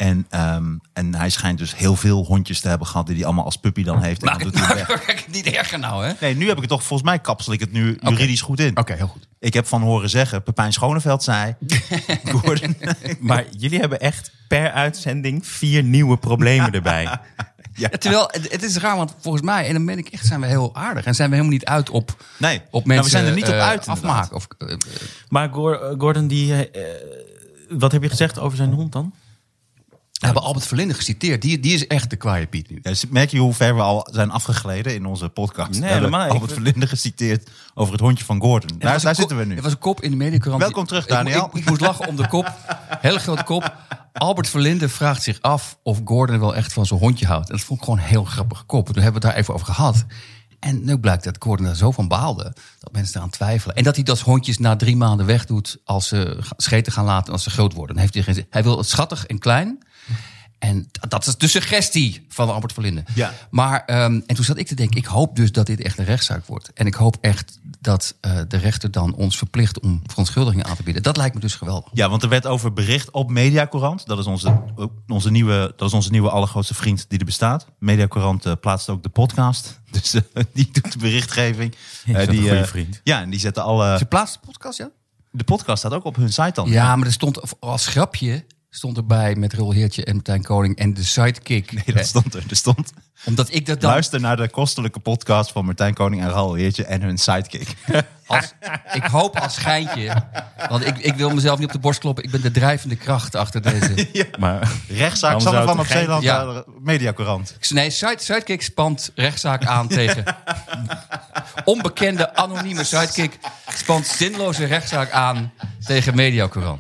En hij schijnt dus heel veel hondjes te hebben gehad die hij allemaal als puppy dan heeft. En dan doet hij weg. Kijk, niet erger nou, hè? Nee, nu heb ik het toch, volgens mij kapsel ik het nu juridisch goed in. Oké, heel goed. Ik heb van horen zeggen, Pepijn Schoneveld zei... Gordon. Maar jullie hebben echt per uitzending 4 nieuwe problemen erbij. Ja, terwijl, het is raar, want volgens mij, en dan ben ik echt, zijn we heel aardig. En zijn we helemaal niet uit op mensen we zijn er niet op uit, afmaken. Maar Gordon, wat heb je gezegd over zijn hond dan? We hebben Albert Verlinde geciteerd. Die is echt de kwaaie Piet nu. Ja, dus merk je hoe ver we al zijn afgegleden in onze podcast? Nee, we hebben helemaal. Albert Verlinde geciteerd over het hondje van Gordon. Daar zitten we nu. Er was een kop in de Mediacourant. Welkom terug, Daniel. Ik moest lachen om de kop. Hele grote kop. Albert Verlinde vraagt zich af of Gordon wel echt van zijn hondje houdt. En dat vond ik gewoon een heel grappige kop. Toen hebben we het daar even over gehad. En nu blijkt dat Gordon daar zo van baalde dat mensen eraan twijfelen. En dat hij dat hondjes na 3 maanden wegdoet als ze scheten gaan laten en als ze groot worden. Dan heeft hij geen zin. Hij wil het schattig en klein. En dat is de suggestie van Albert Verlinde. Ja. Maar, en toen zat ik te denken, ik hoop dus dat dit echt een rechtszaak wordt. En ik hoop echt dat de rechter dan ons verplicht om verontschuldigingen aan te bieden. Dat lijkt me dus geweldig. Ja, want er werd over bericht op Mediacourant. Dat is onze nieuwe allergrootste vriend die er bestaat. Mediacourant plaatst ook de podcast. Dus die doet de berichtgeving. Een goede vriend. Ja, en die zetten alle... Ze plaatst de podcast, ja? De podcast staat ook op hun site dan. Ja, maar er stond als grapje... stond erbij met Roel Heertje en Martijn Koning en de sidekick. Nee, dat stond er. Er stond... Omdat ik dat dan... Luister naar de kostelijke podcast van Martijn Koning en Roel Heertje en hun sidekick. Ik hoop als schijntje. Want ik wil mezelf niet op de borst kloppen. Ik ben de drijvende kracht achter deze. Ja. Maar Rechtszaak Sander van op Zeeland, Ja. Mediacourant. Nee, sidekick spant rechtszaak aan tegen... onbekende, anonieme sidekick spant zinloze rechtszaak aan tegen Mediacourant.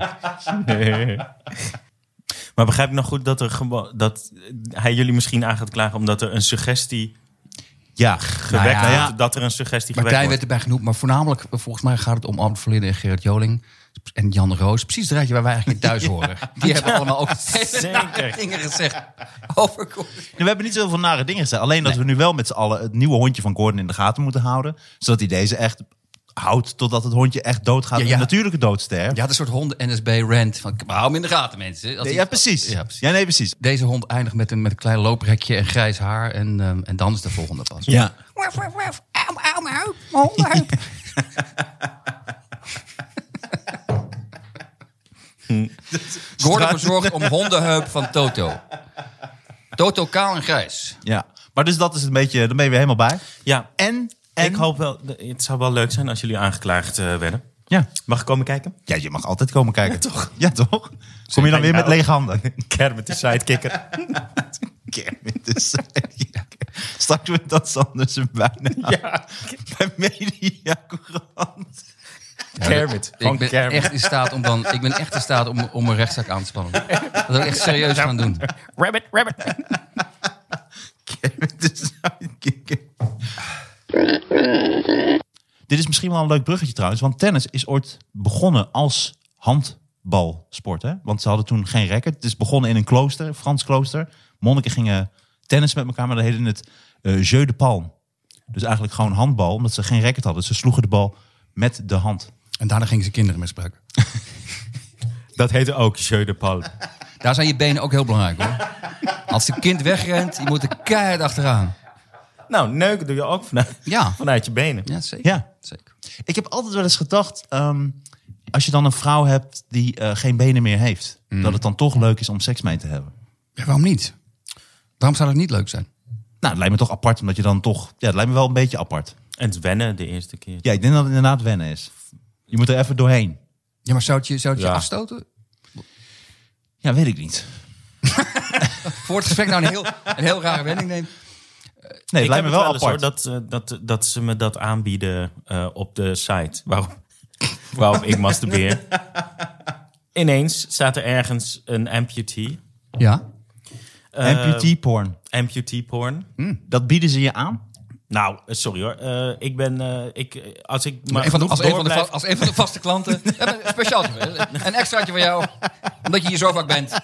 Maar begrijp ik nog goed dat hij jullie misschien aan gaat klagen omdat er een suggestie gewekt wordt? Dat er een suggestie gewekt Martijn wordt? werd erbij genoemd, maar voornamelijk, volgens mij gaat het om Albert Verlinde en Gerard Joling en Jan Roos. Precies het rijtje waar wij eigenlijk in thuis horen. Die hebben allemaal ook Zeker dingen gezegd over Gordon. We hebben niet zoveel nare dingen gezegd. Alleen dat we nu wel met z'n allen het nieuwe hondje van Gordon in de gaten moeten houden. Zodat hij deze echt houdt totdat het hondje echt doodgaat. Een natuurlijke dood sterft. Ja, een soort honden-NSB-rant. Hou hem in de gaten, mensen. Ja, precies. Ja, precies. Deze hond eindigt met een klein looprekje en grijs haar. En dan is de volgende pas. Ja. Auw, mijn heup, mijn hondenheup. Gordon verzorgd om hondenheup van Toto. Toto kaal en grijs. Ja, maar dus dat is een beetje, dan ben je weer helemaal bij. Ja, En ik hoop wel, het zou wel leuk zijn als jullie aangeklaagd werden. Ja. Mag ik komen kijken? Ja, je mag altijd komen kijken. Ja, toch? Kom je dan weer met lege handen? Kermit de sidekicker. Kermit de sidekicker. Straks wordt dat Sanders een bijna. Ja. Bij Mediacourant. Kermit. Ik ben echt in staat om een rechtszaak aan te spannen. Dat wil ik echt serieus gaan doen. Rabbit. Kermit de sidekicker. Dit is misschien wel een leuk bruggetje trouwens. Want tennis is ooit begonnen als handbalsport. Hè? Want ze hadden toen geen racket. Het is begonnen in een klooster, een Frans klooster. Monniken gingen tennis met elkaar, maar dat heette het jeu de palme. Dus eigenlijk gewoon handbal, omdat ze geen racket hadden. Ze sloegen de bal met de hand. En daarna gingen ze kinderen misbruiken. Dat heette ook jeu de palme. Daar zijn je benen ook heel belangrijk, hoor. Als een kind wegrent, je moet er keihard achteraan. Nou, neuken doe je ook vanuit je benen. Ja, zeker. Ja. Zeker. Ik heb altijd wel eens gedacht, als je dan een vrouw hebt die geen benen meer heeft, dat het dan toch leuk is om seks mee te hebben. Ja, waarom niet? Waarom zou dat niet leuk zijn? Nou, het lijkt me toch apart, omdat je dan toch... Ja, het lijkt me wel een beetje apart. En het wennen de eerste keer. Ja, ik denk dat het inderdaad wennen is. Je moet er even doorheen. Ja, maar zou het je afstoten? Ja, weet ik niet. Voor het gesprek nou een heel rare wending neemt. Nee, het lijkt me wel apart. Dat ze me dat aanbieden op de site waarop ik masturbeer. Ineens staat er ergens een amputee. Ja. Amputee porn. Amputee porn. Dat bieden ze je aan? Nou, sorry hoor. Als een van de vaste klanten. We hebben een speciaal. Een extraatje voor jou. Omdat je hier zo vaak bent.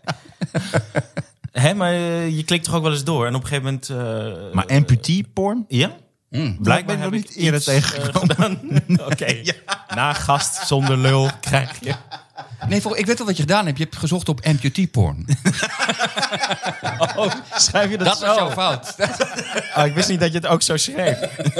Hè, maar je klikt toch ook wel eens door. En op een gegeven moment... Maar amputee porn? Ja. Blijkbaar heb ik niet eerder tegengekomen. Oké. Ja. Na gast zonder lul krijg je Nee, ik weet wel wat je gedaan hebt. Je hebt gezocht op amputee porn. Schrijf je dat zo? Dat was jouw fout. Ik wist niet dat je het ook zo schreef.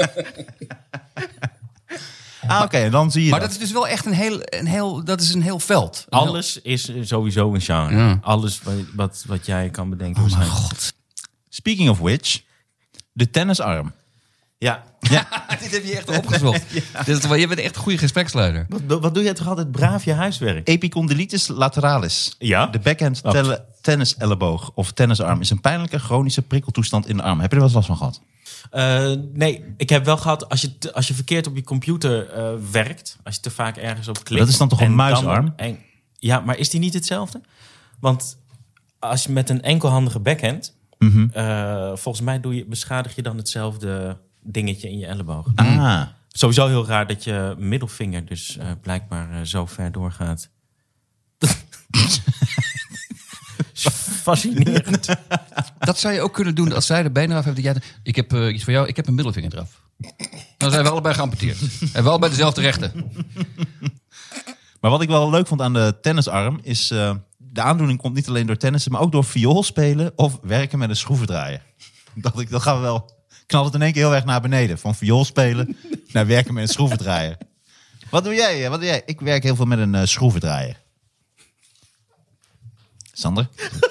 Oké, en dan zie je Maar dat is dus wel echt een heel veld. Alles is sowieso een genre. Ja. Alles wat jij kan bedenken. Oh mijn god. Speaking of which, de tennisarm. Ja. Dit heb je echt opgezocht. Je bent echt een goede gespreksleider. Wat doe jij toch altijd braaf je huiswerk? Epicondylitis lateralis. Ja? De backhand tenniselleboog of tennisarm is een pijnlijke chronische prikkeltoestand in de arm. Heb je er wel eens last van gehad? Nee, ik heb wel gehad als je verkeerd op je computer werkt, als je te vaak ergens op klikt. Dat is dan toch een muisarm? Ja, maar is die niet hetzelfde? Want als je met een enkelhandige backhand, volgens mij beschadig je dan hetzelfde dingetje in je elleboog. Sowieso heel raar dat je middelvinger dus blijkbaar zo ver doorgaat. Fascinerend. Dat zou je ook kunnen doen als zij de benen eraf heeft. Ik heb iets voor jou, ik heb een middelvinger eraf. Dan zijn we allebei geamputeerd. En wel bij dezelfde rechten. Maar wat ik wel leuk vond aan de tennisarm is... de aandoening komt niet alleen door tennissen, maar ook door viool spelen of werken met een schroevendraaier. Dacht ik, dan gaan we wel... Knalt het in één keer heel erg naar beneden. Van viool spelen naar werken met een schroevendraaier. Wat doe jij? Ik werk heel veel met een schroevendraaier. Sander?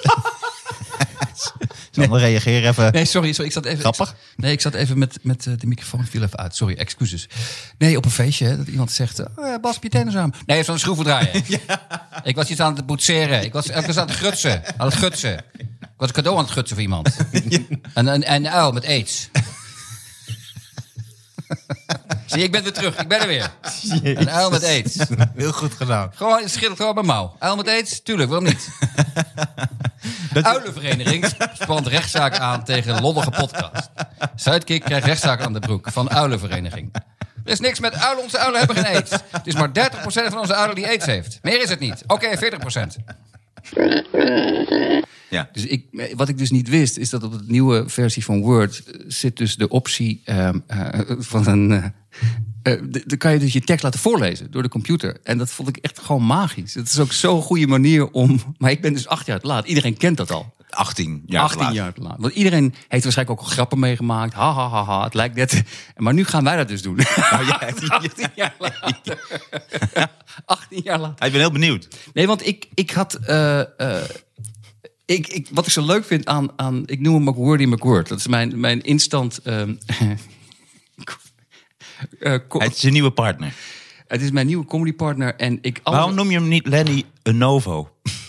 Sander, reageer even. Nee, sorry, ik zat even... Grappig? Nee, ik zat even met de microfoon viel even uit. Sorry, excuses. Nee, op een feestje, dat iemand zegt... Bas, heb je tennisarm? Nee, zo'n schroevendraaier. Ik was iets aan het boetseren. Ik was aan het gutsen. Ik was een cadeau aan het gutsen voor iemand. Een uil met aids. Zie, ik ben weer terug. Ik ben er weer. Een uil met aids. Heel goed gedaan. Gewoon, het scheelt gewoon bij mouw. Uil met aids? Tuurlijk, waarom niet? Uilenvereniging spant rechtszaak aan tegen lollige podcast. Zuidkick krijgt rechtszaak aan de broek van Uilenvereniging. Er is niks met uilen. Onze uilen hebben geen aids. Het is maar 30% van onze uilen die aids heeft. Meer is het niet. Oké, 40%. Ja. Dus wat ik dus niet wist, is dat op de nieuwe versie van Word zit dus de optie van een... dan kan je dus je tekst laten voorlezen door de computer. En dat vond ik echt gewoon magisch. Het is ook zo'n goede manier om... Maar ik ben dus 8 jaar te laat. Iedereen kent dat al. 18 jaar te laat. Want iedereen heeft waarschijnlijk ook al grappen meegemaakt. Ha, ha, ha, ha. Het lijkt net... Maar nu gaan wij dat dus doen. 18 jaar later. 18 jaar later. Ik ben heel benieuwd. Nee, want ik had... wat ik zo leuk vind aan ik noem hem ook Wordy McWord. Dat is mijn instant... Het is je nieuwe partner. Het is mijn nieuwe comedypartner. En waarom noem je hem niet Lenny Novo?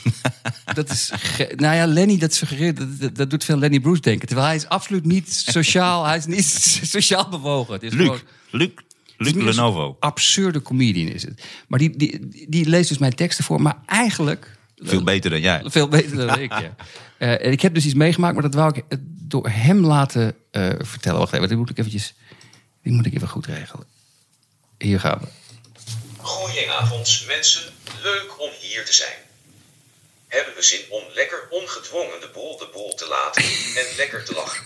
Dat is... Nou ja, Lenny, dat suggereert... Dat doet veel Lenny Bruce denken. Terwijl hij is absoluut niet sociaal... Hij is niet sociaal bewogen. Het is Luc Lenovo. Absurde comedian is het. Maar die leest dus mijn teksten voor. Maar eigenlijk... Veel beter dan jij. Veel beter dan ik, ja. En ik heb dus iets meegemaakt, maar dat wou ik door hem laten vertellen. Wacht even, die moet ik even goed regelen. Hier gaan we. Goedenavond mensen, leuk om hier te zijn. Hebben we zin om lekker ongedwongen de boel te laten en lekker te lachen?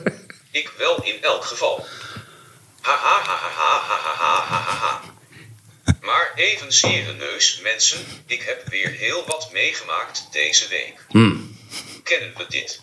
Ik wel in elk geval. Ha ha ha ha ha ha ha ha ha ha. Maar even serieus mensen, ik heb weer heel wat meegemaakt deze week. Kennen we dit?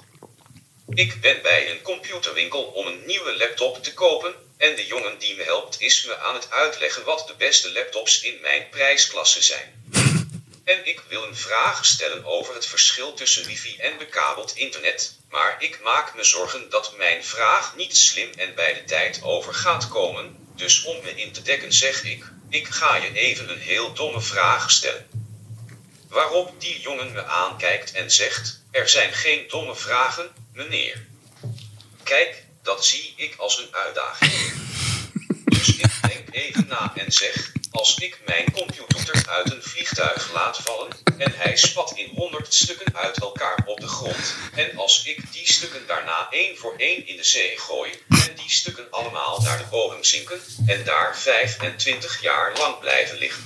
Ik ben bij een computerwinkel om een nieuwe laptop te kopen en de jongen die me helpt is me aan het uitleggen wat de beste laptops in mijn prijsklasse zijn. En ik wil een vraag stellen over het verschil tussen wifi en bekabeld internet, maar ik maak me zorgen dat mijn vraag niet slim en bij de tijd over gaat komen, dus om me in te dekken zeg ik ga je even een heel domme vraag stellen. Waarop die jongen me aankijkt en zegt, er zijn geen domme vragen, meneer. Kijk, dat zie ik als een uitdaging. Dus ik denk even na en zeg, als ik mijn computer uit een vliegtuig laat vallen en hij spat in 100 stukken uit elkaar op de grond, en als ik die stukken daarna 1 voor 1 in de zee gooi en die stukken allemaal naar de bodem zinken en daar 25 jaar lang blijven liggen,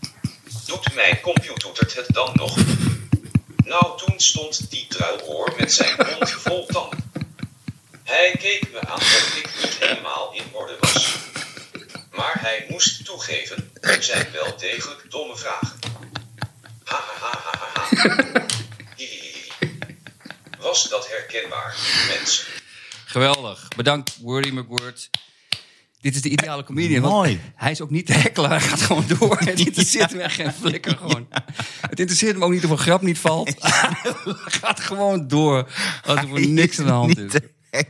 doet mijn computer het dan nog? Nou, toen stond die druiloor met zijn mond vol tanden. Hij keek me aan of ik niet helemaal in orde was. Maar hij moest toegeven, er zijn wel degelijk domme vragen. Ha ha ha ha ha. Was dat herkenbaar, mensen? Geweldig. Bedankt, Wordy McWord. Dit is de ideale comedian. Mooi. Hij is ook niet te hekkelen. Hij gaat gewoon door. Het interesseert hem echt geen flikker gewoon. Het interesseert hem ook niet of een grap niet valt. Hij gaat gewoon door. Alsof er niks aan de hand is.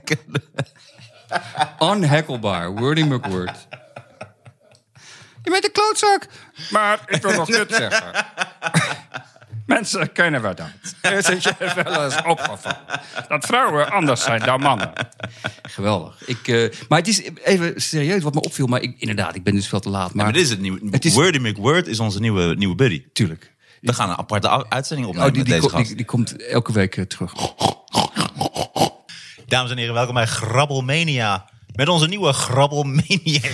Unhackelbaar. Wordy McWord. Je bent een klootzak. Maar ik wil nog dit zeggen. Mensen kennen we dat. Is het je wel eens opgevallen dat vrouwen anders zijn dan mannen? Geweldig. Maar het is even serieus wat me opviel. Maar ik ben dus veel te laat. Maar dit is het nieuwe. Wordy McWord is onze nieuwe buddy. Tuurlijk. We gaan een aparte uitzending opnemen met deze gast. Die komt elke week terug. Dames en heren, welkom bij Grabbelmania. Met onze nieuwe Grabbelmaniac.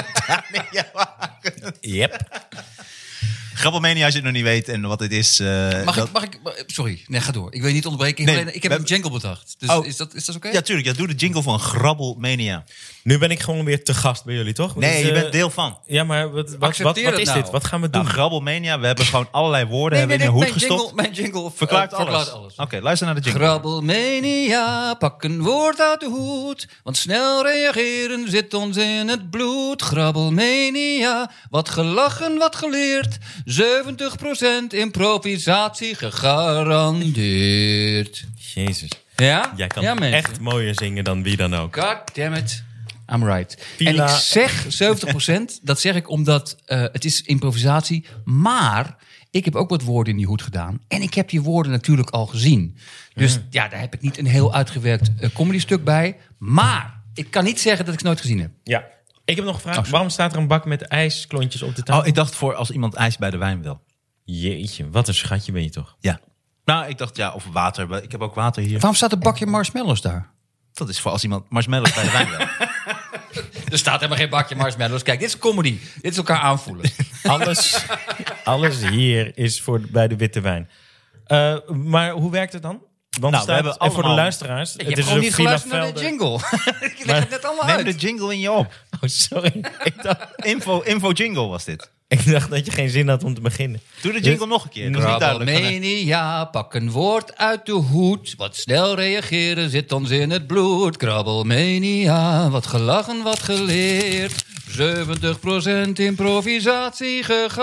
Yep. Grabbelmania, als je het nog niet weet en wat het is. Mag ik? Sorry, nee, ga door. Ik wil je niet onderbreken. Ik heb een jingle bedacht. Dus is dat oké? Ja, tuurlijk. Ja, doe de jingle van Grabbelmania. Nu ben ik gewoon weer te gast bij jullie, toch? Nee, je bent deel van. Ja, maar wat is dit? Wat gaan we doen? Grabbelmania, we hebben gewoon allerlei woorden in de hoed gestopt. Mijn jingle verklaart alles. Oké, luister naar de jingle. Grabbelmania, pak een woord uit de hoed. Want snel reageren zit ons in het bloed. Grabbelmania, wat gelachen, wat geleerd. 70% improvisatie gegarandeerd. Jezus. Ja? Jij kan echt mooier zingen dan wie dan ook. God damn it. I'm right. Pila. En ik zeg 70%, dat zeg ik omdat het is improvisatie. Maar ik heb ook wat woorden in die hoed gedaan. En ik heb die woorden natuurlijk al gezien. Dus ja, daar heb ik niet een heel uitgewerkt comedy stuk bij. Maar ik kan niet zeggen dat ik het nooit gezien heb. Ja. Ik heb nog gevraagd, waarom staat er een bak met ijsklontjes op de tafel? Oh, ik dacht voor als iemand ijs bij de wijn wil. Jeetje, wat een schatje ben je toch? Ja. Nou, ik dacht of water. Ik heb ook water hier. Waarom staat een bakje marshmallows daar? Dat is voor als iemand marshmallows bij de wijn wil. Er staat helemaal geen bakje marshmallows. Kijk, dit is comedy. Dit is elkaar aanvoelen. Alles hier is bij de witte wijn. Maar hoe werkt het dan? Want we hebben allemaal... voor de luisteraars... Ik heb gewoon niet geluisterd naar de jingle. Ik leg het net allemaal uit. Neem de jingle in je op. Oh, sorry. Ik dacht... Info jingle was dit. Ik dacht dat je geen zin had om te beginnen. Doe de jingle nog een keer. Dat is niet duidelijk. Grabbelmania, pak een woord uit de hoed. Wat snel reageren zit ons in het bloed. Grabbelmania, wat gelachen, wat geleerd. 70% improvisatie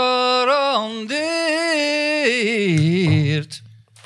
gegarandeerd.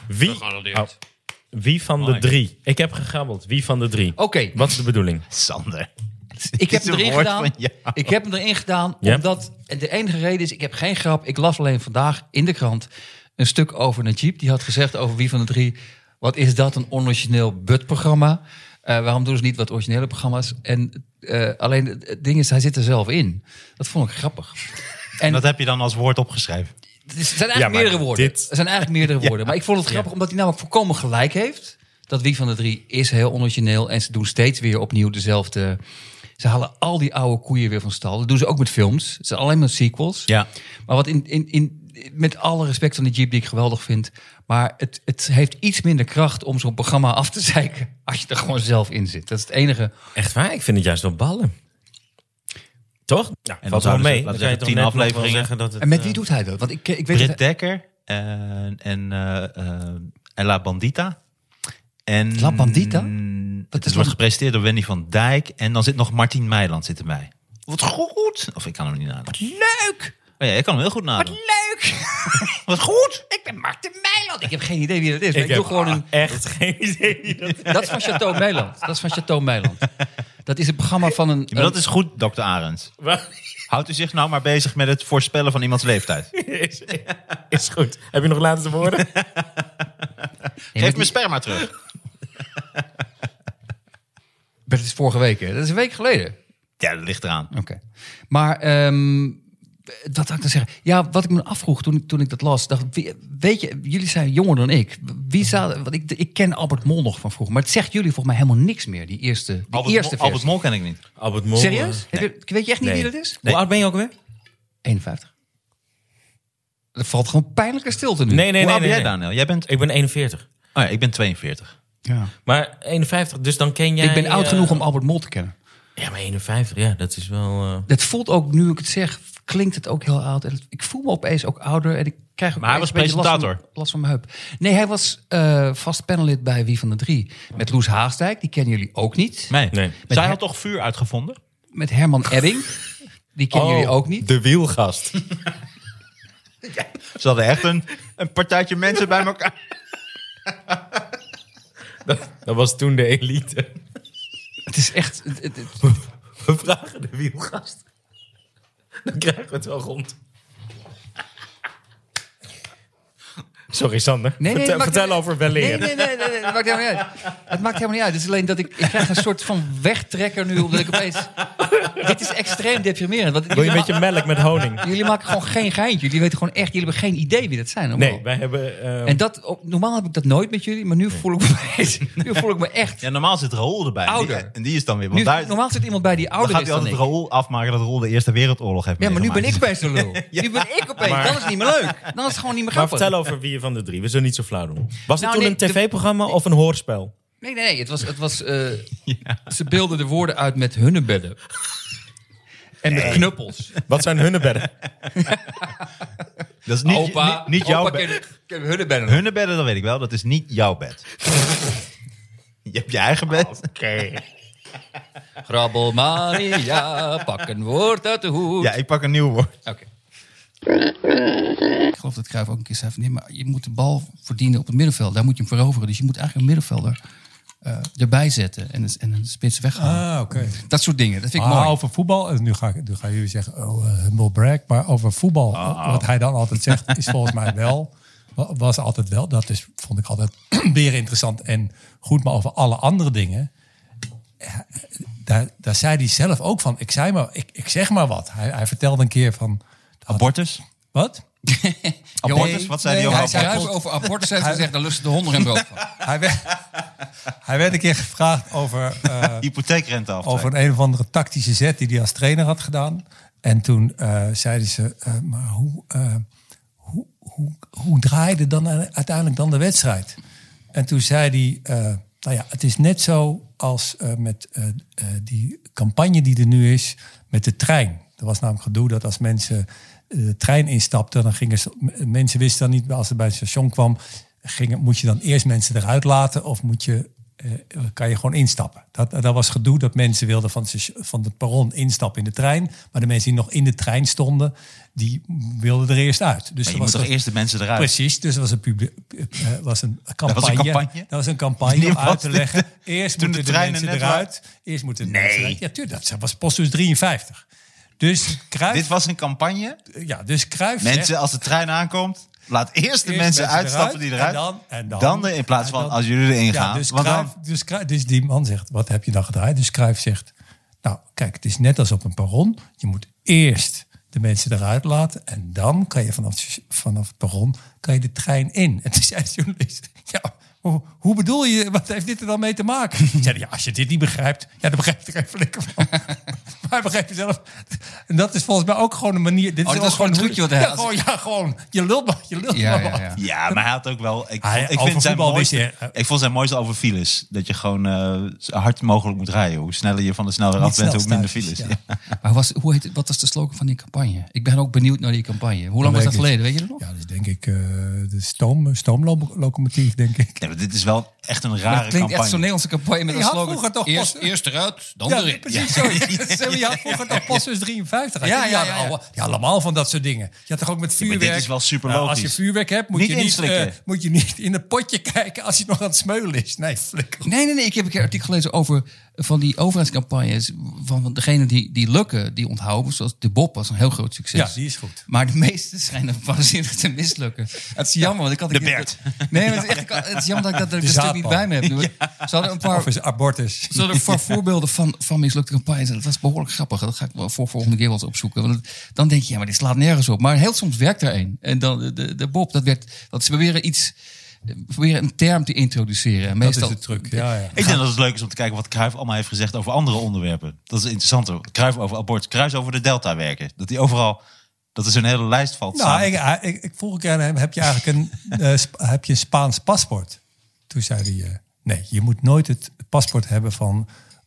Wie van de drie? Ik heb gegrabbeld. Wie van de drie? Oké. Wat is de bedoeling? Sander. Ik heb hem erin gedaan. Omdat de enige reden is, ik heb geen grap. Ik las alleen vandaag in de krant een stuk over Najib. Die had gezegd over Wie van de drie. Wat is dat, een onorigineel but-programma? Waarom doen ze niet wat originele programma's? En alleen het ding is, hij zit er zelf in. Dat vond ik grappig. En dat heb je dan als woord opgeschreven? Er zijn eigenlijk meerdere woorden. Maar ik vond het grappig, omdat hij namelijk volkomen gelijk heeft. Dat Wie van de drie is heel onorigineel. En ze doen steeds weer opnieuw dezelfde... Ze halen al die oude koeien weer van stal. Dat doen ze ook met films. Het zijn alleen maar sequels. Ja. Maar wat met alle respect van die Jeep die ik geweldig vind. Maar het heeft iets minder kracht om zo'n programma af te zeiken. Als je er gewoon zelf in zit. Dat is het enige. Echt waar? Ik vind het juist wel ballen. Toch? Ja, en valt wel mee. Dan zijn 10 afleveringen. En met wie doet hij dat? Want ik weet Britt Dekker en La Bandita. En La Bandita? Het wordt gepresenteerd door Wendy van Dijk. En dan zit nog Martien Meiland zit erbij. Wat goed. Of ik kan hem niet nadoen. Wat leuk. Oh ja, ik kan hem heel goed nadoen. Wat leuk. Wat goed. Ik ben Martien Meiland. Ik heb geen idee wie dat is. Ik doe gewoon echt geen idee wie dat is. Dat is van Chateau Meiland. Dat is het programma van een... Maar dat is goed, Dr. Arends. Houdt u zich nou maar bezig met het voorspellen van iemands leeftijd. Is goed. Heb je nog laatste woorden? Geef me sperma terug. Dat is vorige week, hè? Dat is een week geleden. Ja, dat ligt eraan. Oké. Maar dat had ik dan zeggen. Ja, wat ik me afvroeg toen ik dat las. Dacht, weet je, jullie zijn jonger dan ik. Want ik ken Albert Mol nog van vroeger. Maar het zegt jullie volgens mij helemaal niks meer. Die eerste versie. Albert Mol ken ik niet. Albert Mol. Serieus? Nee. Weet je echt niet wie dat is? Nee. Hoe oud ben je ook weer? 51. Er valt gewoon pijnlijke stilte nu. Nee. Hoe oud ben jij, Daniel? Ik ben 41. Oh ja, ik ben 42. Ja. Maar 51, dus dan ken jij... Ik ben oud genoeg om Albert Mol te kennen. Ja, maar 51, ja, dat is wel... Het voelt ook, nu ik het zeg, klinkt het ook heel oud. En ik voel me opeens ook ouder. En krijg ik Maar hij was presentator. Last van mijn heup. Nee, hij was vast panellid bij Wie van de Drie. Met Loes Haasdijk, die kennen jullie ook niet. Nee. Zij had toch vuur uitgevonden? Met Herman Ebbing. Die kennen jullie ook niet. De wielgast. Ze hadden echt een partijtje mensen bij elkaar. Dat was toen de elite. Het is echt... We vragen de wielgast. Dan krijgen we het wel rond. Sorry, Sander. Vertel over weleer. Nee, dat maakt helemaal niet uit. Het maakt helemaal niet uit. Het is alleen dat ik krijg een soort van wegtrekker nu, omdat ik opeens... Dit is extreem deprimerend. Want Wil je een beetje melk met honing? Jullie maken gewoon geen geintje. Jullie weten gewoon echt... Jullie hebben geen idee wie dat zijn. Normaal. Nee, wij hebben... En normaal heb ik dat nooit met jullie, maar nu voel ik me echt... Ja, normaal zit Raoul erbij. Ouder. En die is dan weer... Normaal zit iemand bij die ouder dan is gaat hij dan altijd ik. Raoul afmaken dat Raoul de Eerste Wereldoorlog heeft Ja, maar nu ben ik meegemaakt. opeens de lul. Nu ben ik opeens. Dan is het niet meer leuk. Dan is het gewoon niet meer Maar grappig. vertel over Wie van de Drie. We zullen niet zo flauw doen. Was het Nou, toen nee, een tv-programma of een hoorspel? Nee. Het was ze beelden de woorden uit met hunnebedden. En met knuppels. Wat zijn hunnebedden? Dat is niet, Opa, niet jouw opa bed. ken hunnebedden. Hunnebedden, dat weet ik wel. Dat is niet jouw bed. Je hebt je eigen bed. Oké. Grabbelmania, pak een woord uit de hoed. Ja, ik pak een nieuw woord. Oké. Ik geloof dat Cruijff ook een keer zei van... nee, maar je moet de bal verdienen op het middenveld. Daar moet je hem veroveren. Dus je moet eigenlijk een middenvelder erbij zetten. En een spits weghalen. Ah, oké. Dat soort dingen. Dat vind ik mooi. Over voetbal, nu gaan jullie zeggen, humble brag. Maar over voetbal, wat hij dan altijd zegt, is volgens mij wel... Was altijd wel, vond ik altijd weer interessant en goed. Maar over alle andere dingen... Daar zei hij zelf ook van, ik zeg maar wat. Hij vertelde een keer van... Abortus? Wat? Abortus? Wat zei hij over abortus? Hij zei over abortus heeft gezegd, daar lusten de honden geen brood van. Hij werd een keer gevraagd over... hypotheekrente af. Over een of andere tactische zet die hij als trainer had gedaan. En toen zeiden ze, maar hoe draaide dan uiteindelijk dan de wedstrijd? En toen zei hij, het is net zo als met die campagne die er nu is met de trein. Er was namelijk gedoe dat als mensen de trein instapten, dan gingen mensen wisten dan niet, als er bij het station kwam, moet je dan eerst mensen eruit laten of kan je gewoon instappen. Dat was gedoe dat mensen wilden van het perron instappen in de trein, maar de mensen die nog in de trein stonden, die wilden er eerst uit. Dus maar je moet toch eerst de mensen eruit? Precies, dus er was een campagne. Dat was een campagne om uit te leggen. Eerst moeten de mensen eruit. Eerst moeten de mensen eruit. Ja, tuurlijk, dat was Postbus 53. Dus Cruijff, dit was een campagne? Ja, dus Cruijff mensen, zegt, als de trein aankomt, laat eerst de mensen uitstappen die eruit. En dan in plaats van als jullie erin gaan. Dus die man zegt, wat heb je dan gedraaid? Dus Cruijff zegt, nou kijk, het is net als op een perron. Je moet eerst de mensen eruit laten. En dan kan je vanaf het perron kan je de trein in. En toen zei de journalist, ja, hoe bedoel je, wat heeft dit er dan mee te maken? Ik zei, ja, als je dit niet begrijpt, ja, dan begrijp je er geen flikker van. Maar hij begrijpt zelf. En dat is volgens mij ook gewoon een manier. Dit is was gewoon een trucje wat hij had. Gewoon, je lult maar. Ja, maar hij had ook wel... Ik vond zijn mooiste over files. Dat je gewoon zo hard mogelijk moet rijden. Hoe sneller je van de snelweg af bent, hoe minder files. Ja. Maar wat was de slogan van die campagne? Ik ben ook benieuwd naar die campagne. Hoe lang was dat geleden? Weet je dat nog? Ja, dat is denk ik de stoomlocomotief, denk ik. Nee, maar dit is wel echt een rare campagne. Het klinkt echt zo'n Nederlandse campagne met een slogan. Eerst eruit, dan erin. Precies zo. Je had vroeger toch Postbus 53. Ja. Allemaal van dat soort dingen. Je had toch ook met vuurwerk. Ja, dit is wel super logisch. Als je vuurwerk hebt, moet je niet in het potje kijken als je nog aan het smeulen is. Nee, flikker. Nee. Ik heb een keer een artikel gelezen over van die overheidscampagnes. Van degene die lukken, die onthouden. Zoals de Bob was een heel groot succes. Ja, die is goed. Maar de meeste schijnen waanzinnig te mislukken. Het is jammer, want ik had... De Bert. Nee, maar het is jammer dat ik dat een stuk niet bij me heb. Ze hadden een paar... Of is abortus. Ze hadden een paar voorbeelden van mislukte campagnes. En dat was behoorlijk grappig. Dat ga ik wel voor volgende keer wel eens opzoeken. Want dan denk je, ja, maar dit slaat nergens op. Maar heel soms werkt er een. En dan de Bob, dat ze proberen een term te introduceren. En meestal, dat is de truc, ja. Ik denk dat het leuk is om te kijken wat Cruijff allemaal heeft gezegd over andere onderwerpen. Dat is interessant hoor. Cruijff over abortus, Cruijff over de Delta werken. Dat hij overal... Dat er zo'n hele lijst valt. Nou, ik vroeg een keer aan hem, heb je eigenlijk een Spaans paspoort? Toen zei hij, nee, je moet nooit het paspoort hebben van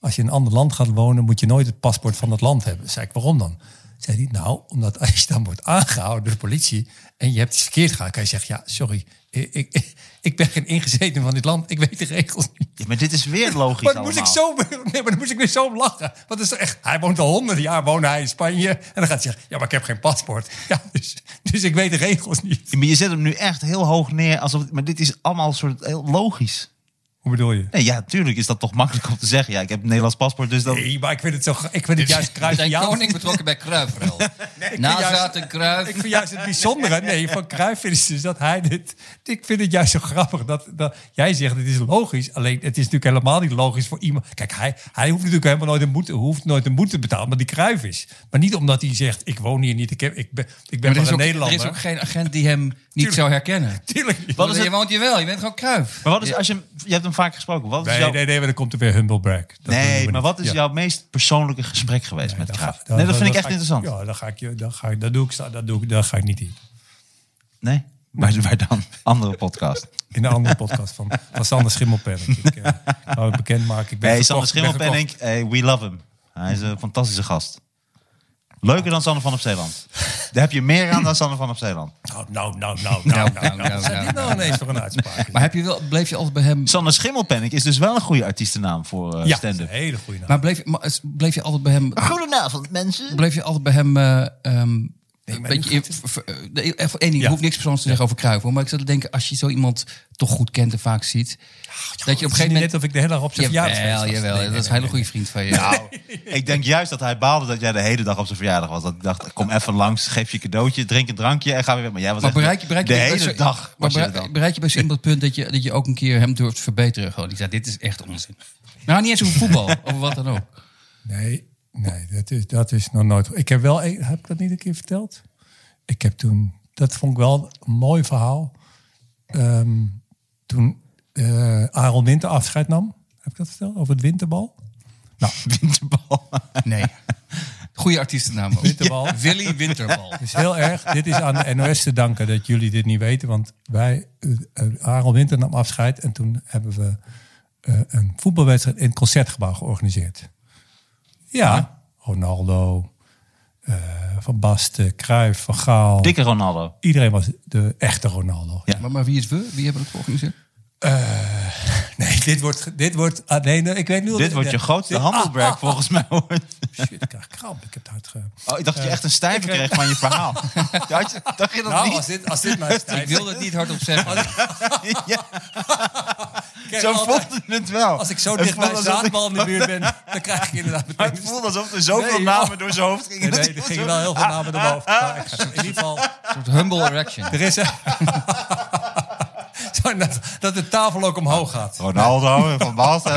als je in een ander land gaat wonen, moet je nooit het paspoort van dat land hebben. Zei ik, waarom dan? Zei hij, nou, omdat als je dan wordt aangehouden door de politie en je hebt iets verkeerd gedaan, kan je zeggen, ja, sorry, ik ben geen ingezeten van dit land, ik weet de regels niet. Ja, maar dit is weer logisch maar dan moest ik weer zo om lachen. Want het is toch echt, hij woont al 100 jaar, woont hij in Spanje. En dan gaat hij zeggen, ja, maar ik heb geen paspoort. Ja, dus ik weet de regels niet. Ja, maar je zet hem nu echt heel hoog neer. Maar dit is allemaal soort heel logisch. Hoe bedoel je? Nee, ja, natuurlijk is dat toch makkelijk om te zeggen. Ja, ik heb een Nederlands paspoort, dus dat... Nee, maar ik vind het juist Cruijff. Zijn koning betrokken bij Cruijff. Nazaten Cruijff. Ik vind juist het bijzondere van Cruijff is dus dat hij dit... Ik vind het juist zo grappig dat jij zegt het is logisch. Alleen het is natuurlijk helemaal niet logisch voor iemand. Kijk, hij hoeft natuurlijk helemaal nooit een boete te betalen, maar die Cruijff is. Maar niet omdat hij zegt, ik woon hier niet, ik ben maar een Nederlander. Er is ook geen agent die hem niet zou herkennen. Tuurlijk niet. Je woont hier wel, je bent gewoon Cruijff. Maar wat is als je hebt hem vaak gesproken? Wat is nee, maar dan komt er weer humble brag. Maar wat is jouw meest persoonlijke gesprek geweest met Cruijff? Nee, dat vind ik echt interessant. Ja, dat ga ik niet in. Nee? Waar dan? Andere podcast. In een andere podcast van Sander Schimmelpenninck. Ik ga het bekendmaken. Sander Schimmelpenninck, we love him. Hij is een fantastische gast. Leuker dan Sander van op Zeeland. Daar heb je meer aan dan Sander van op Zeeland. Nou. Wat is dit nou ineens voor een uitspraak? Maar bleef je altijd bij hem... Sander Schimmelpenninck is dus wel een goede artiestennaam voor stand-up. Ja, een hele goede naam. Maar bleef je altijd bij hem... Goedenavond, mensen. Bleef je altijd bij hem... Even één ding, je hoeft niks persoonlijks te zeggen over Cruijff. Maar ik zat te denken, als je zo iemand toch goed kent en vaak ziet... dat je op een gegeven moment... Net of ik de hele dag op zijn verjaardag was. Jawel, dat is een hele goede vriend van je. Nou, ik denk juist dat hij baalde dat jij de hele dag op zijn verjaardag was. Dat ik dacht, kom even langs, geef je cadeautje, drink een drankje en ga weer weg. Maar jij was de hele dag. Bereik je bij zo'n punt dat je ook een keer hem durft te verbeteren? Gewoon, die zei, dit is echt onzin. Nou, niet eens over voetbal, over wat dan ook. Nee, dat is nog nooit... Heb ik dat niet een keer verteld? Ik heb toen... Dat vond ik wel een mooi verhaal. Toen Aaron Winter afscheid nam. Heb ik dat verteld? Over het winterbal? Nou, winterbal. Nee. Goeie artiestennaam ook. Winterbal. Ja. Willy Winterbal. Het is heel erg. Dit is aan de NOS te danken dat jullie dit niet weten. Want Aaron Winter nam afscheid. En toen hebben we een voetbalwedstrijd in het Concertgebouw georganiseerd. Ja. Ronaldo... Van Basten, Cruijff, Van Gaal. Dikke Ronaldo. Iedereen was de echte Ronaldo. Ja. Maar wie is we? Wie hebben het georganiseerd? Nee, dit wordt... ik weet nu dit wordt je grootste handelbrag volgens mij. Shit, ik krijg kramp. Ik heb het hard ik dacht dat je echt een stijver kreeg van je verhaal. Dacht je dat niet? Als dit mijn stijver... Ik wilde het niet hardop zeggen. Zo voelde het wel. Als ik zo dicht bij een zaadbal in de buurt ben, dan krijg ik inderdaad... Maar het voelde alsof er zoveel namen door zijn hoofd gingen. Nee, er gingen wel heel veel namen door mijn hoofd. In ieder geval... Een soort humble erection. Er is... dat de tafel ook omhoog gaat. Ronaldo Van Basten.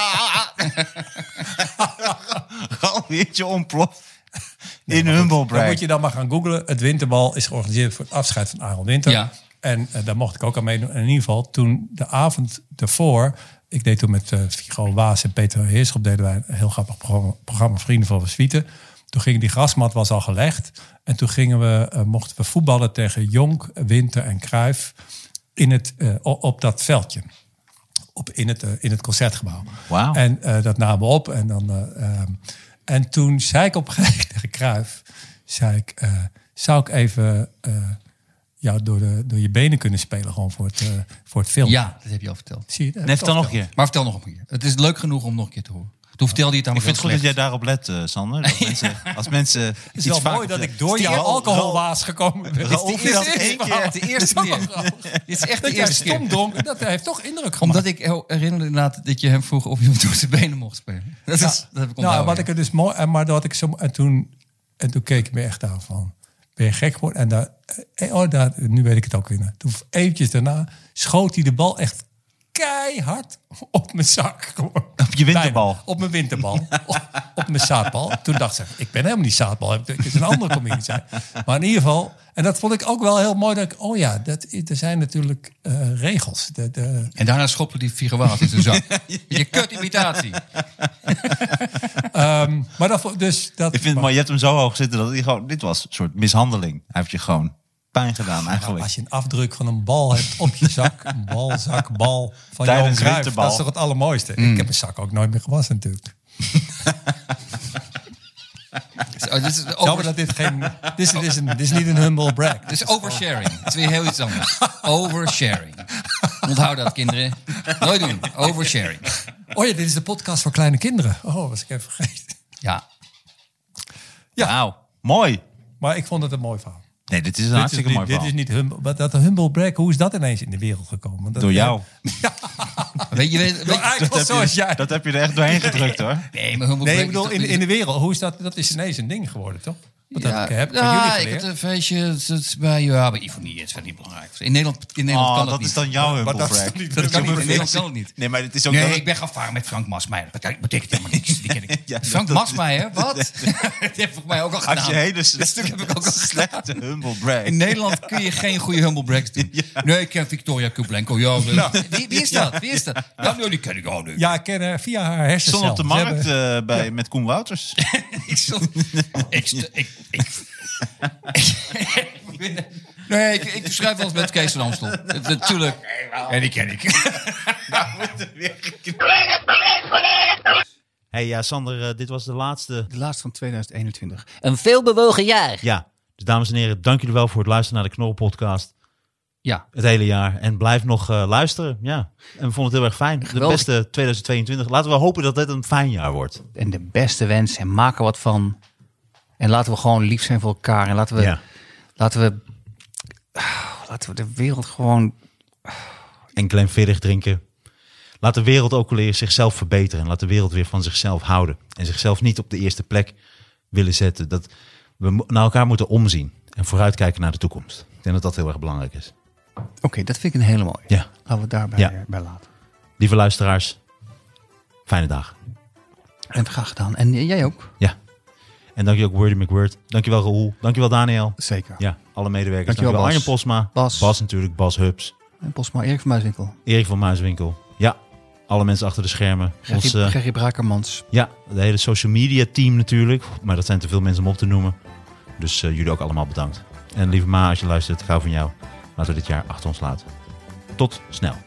Galwiertje ontploft. In humble brag. Dan moet je dan maar gaan googlen. Het winterbal is georganiseerd voor het afscheid van Aaron Winter. Ja. En daar mocht ik ook aan meedoen. En in ieder geval, toen de avond ervoor... Ik deed toen met Figo Waas en Peter Heerschop... deden wij een heel grappig programma Vrienden van Suite. Toen ging die grasmat was al gelegd. En toen mochten we voetballen tegen Jonk, Winter en Cruijff... op dat veldje. In het Concertgebouw. Wow. En dat namen we op. En toen zei ik op een gegeven moment tegen Cruijff... zou ik even jou door je benen kunnen spelen... gewoon voor het film? Ja, dat heb je al verteld. Zie je, nee, vertel nog een keer. Maar vertel nog een keer. Het is leuk genoeg om nog een keer te horen. Toen vertelde je het aan me. Ik vind het goed dat jij daarop let, Sander. Als mensen het is wel mooi dat ik door jouw alcoholwaas gekomen ben. Dit is de eerste keer. Dit is echt de eerste keer. Stom dronken, dat heeft toch indruk gemaakt. Omdat ik herinnerde inderdaad dat je hem vroeg of je hem door zijn benen mocht spelen. Dat heb ik onthouden. Wat ik er dus mooi... Maar dat ik zo... En toen keek ik me echt aan van... Ben je gek geworden? En nu weet ik het ook weer. Toen eventjes daarna schoot hij de bal echt keihard op mijn zak. Op je winterbal? Bijna, op mijn winterbal. op mijn zaadbal. Toen dacht ik, ik ben helemaal niet zaadbal. Het is een andere comedie. Maar in ieder geval... En dat vond ik ook wel heel mooi. Dat er zijn natuurlijk regels. En daarna schopte die Figueroa in zijn zak. Je kut imitatie. Maar ik vind het mooi, je hebt hem zo hoog zitten dat hij gewoon... Dit was een soort mishandeling. Hij heeft je gewoon pijn gedaan eigenlijk. Als je een afdruk van een bal hebt op je zak... een bal van Johan Cruijff, dat is toch het allermooiste. Ik heb mijn zak ook nooit meer gewassen natuurlijk. Dit is niet een humble brag. Dit is oversharing. Het is weer heel iets anders. Oversharing. Onthoud dat, kinderen. Nooit doen. Oversharing. Oh ja, dit is de podcast voor kleine kinderen. Oh, was ik even vergeten. Ja. Wauw, mooi. Maar ik vond het een mooi verhaal. Nee, dit is een hartstikke mooi verhaal. Dit is niet humble. Maar dat humble brag, hoe is dat ineens in de wereld gekomen? Door jou. Dat heb je er echt doorheen gedrukt, hoor. Nee, maar humble ik bedoel, in de wereld, hoe is dat? Dat is ineens een ding geworden, toch? Wat heb ik van jullie geleerd? Ik heb een feestje bij Ivonie. Het is niet belangrijk. In Nederland kan dat niet. Dat is dan jouw humble brag. Dat kan niet. In Nederland kan het niet. Nee, maar het is ook ik ben gaan varen met Frank Masmeijer. Dat betekent helemaal niks. Die ken ik. Frank Masmeijer? Wat? Dat heeft volgens mij ook al gedaan. Als je hele stuk heb ik ook al slechte humble brag. In Nederland kun je geen goede humble brags doen. Nee, ik ken Victoria Kublenko. Ja, wie is dat? Wie is dat? Ja, nee, die ken ik al nu. Ja, ik ken haar via haar hersencel. Stond op de markt met Koen Wouters. Nee, ik schrijf wel eens met Kees van Amstel. Natuurlijk. En die ken ik. Hey, Sander, dit was de laatste. De laatste van 2021. Een veelbewogen jaar. Ja, dus dames en heren, dank jullie wel voor het luisteren naar de Knorren podcast. Ja. Het hele jaar. En blijf nog luisteren. Ja. En we vonden het heel erg fijn. Geweldig. De beste 2022. Laten we hopen dat dit een fijn jaar wordt. En de beste wens. En maak er wat van. En laten we gewoon lief zijn voor elkaar. En laten we de wereld gewoon... En Glenfiddich drinken. Laat de wereld ook weer zichzelf verbeteren. En laat de wereld weer van zichzelf houden. En zichzelf niet op de eerste plek willen zetten. Dat we naar elkaar moeten omzien. En vooruitkijken naar de toekomst. Ik denk dat dat heel erg belangrijk is. Oké, dat vind ik een hele mooie. Ja. Laten we het daarbij bij laten. Lieve luisteraars, fijne dag. En graag gedaan. En jij ook. Ja. En dank je ook Wordy McWord. Dankjewel Raoul. Dankjewel Daniel. Zeker. Ja, alle medewerkers. Dankjewel Arjen Posma. Bas natuurlijk. Bas Hubs. En Posma. Erik van Muiswinkel. Erik van Muiswinkel. Ja. Alle mensen achter de schermen. Gerrie Brakermans. Ja, de hele social media team natuurlijk. Maar dat zijn te veel mensen om op te noemen. Dus jullie ook allemaal bedankt. En lieve Ma, als je luistert, gauw van jou. Laten we dit jaar achter ons laten. Tot snel.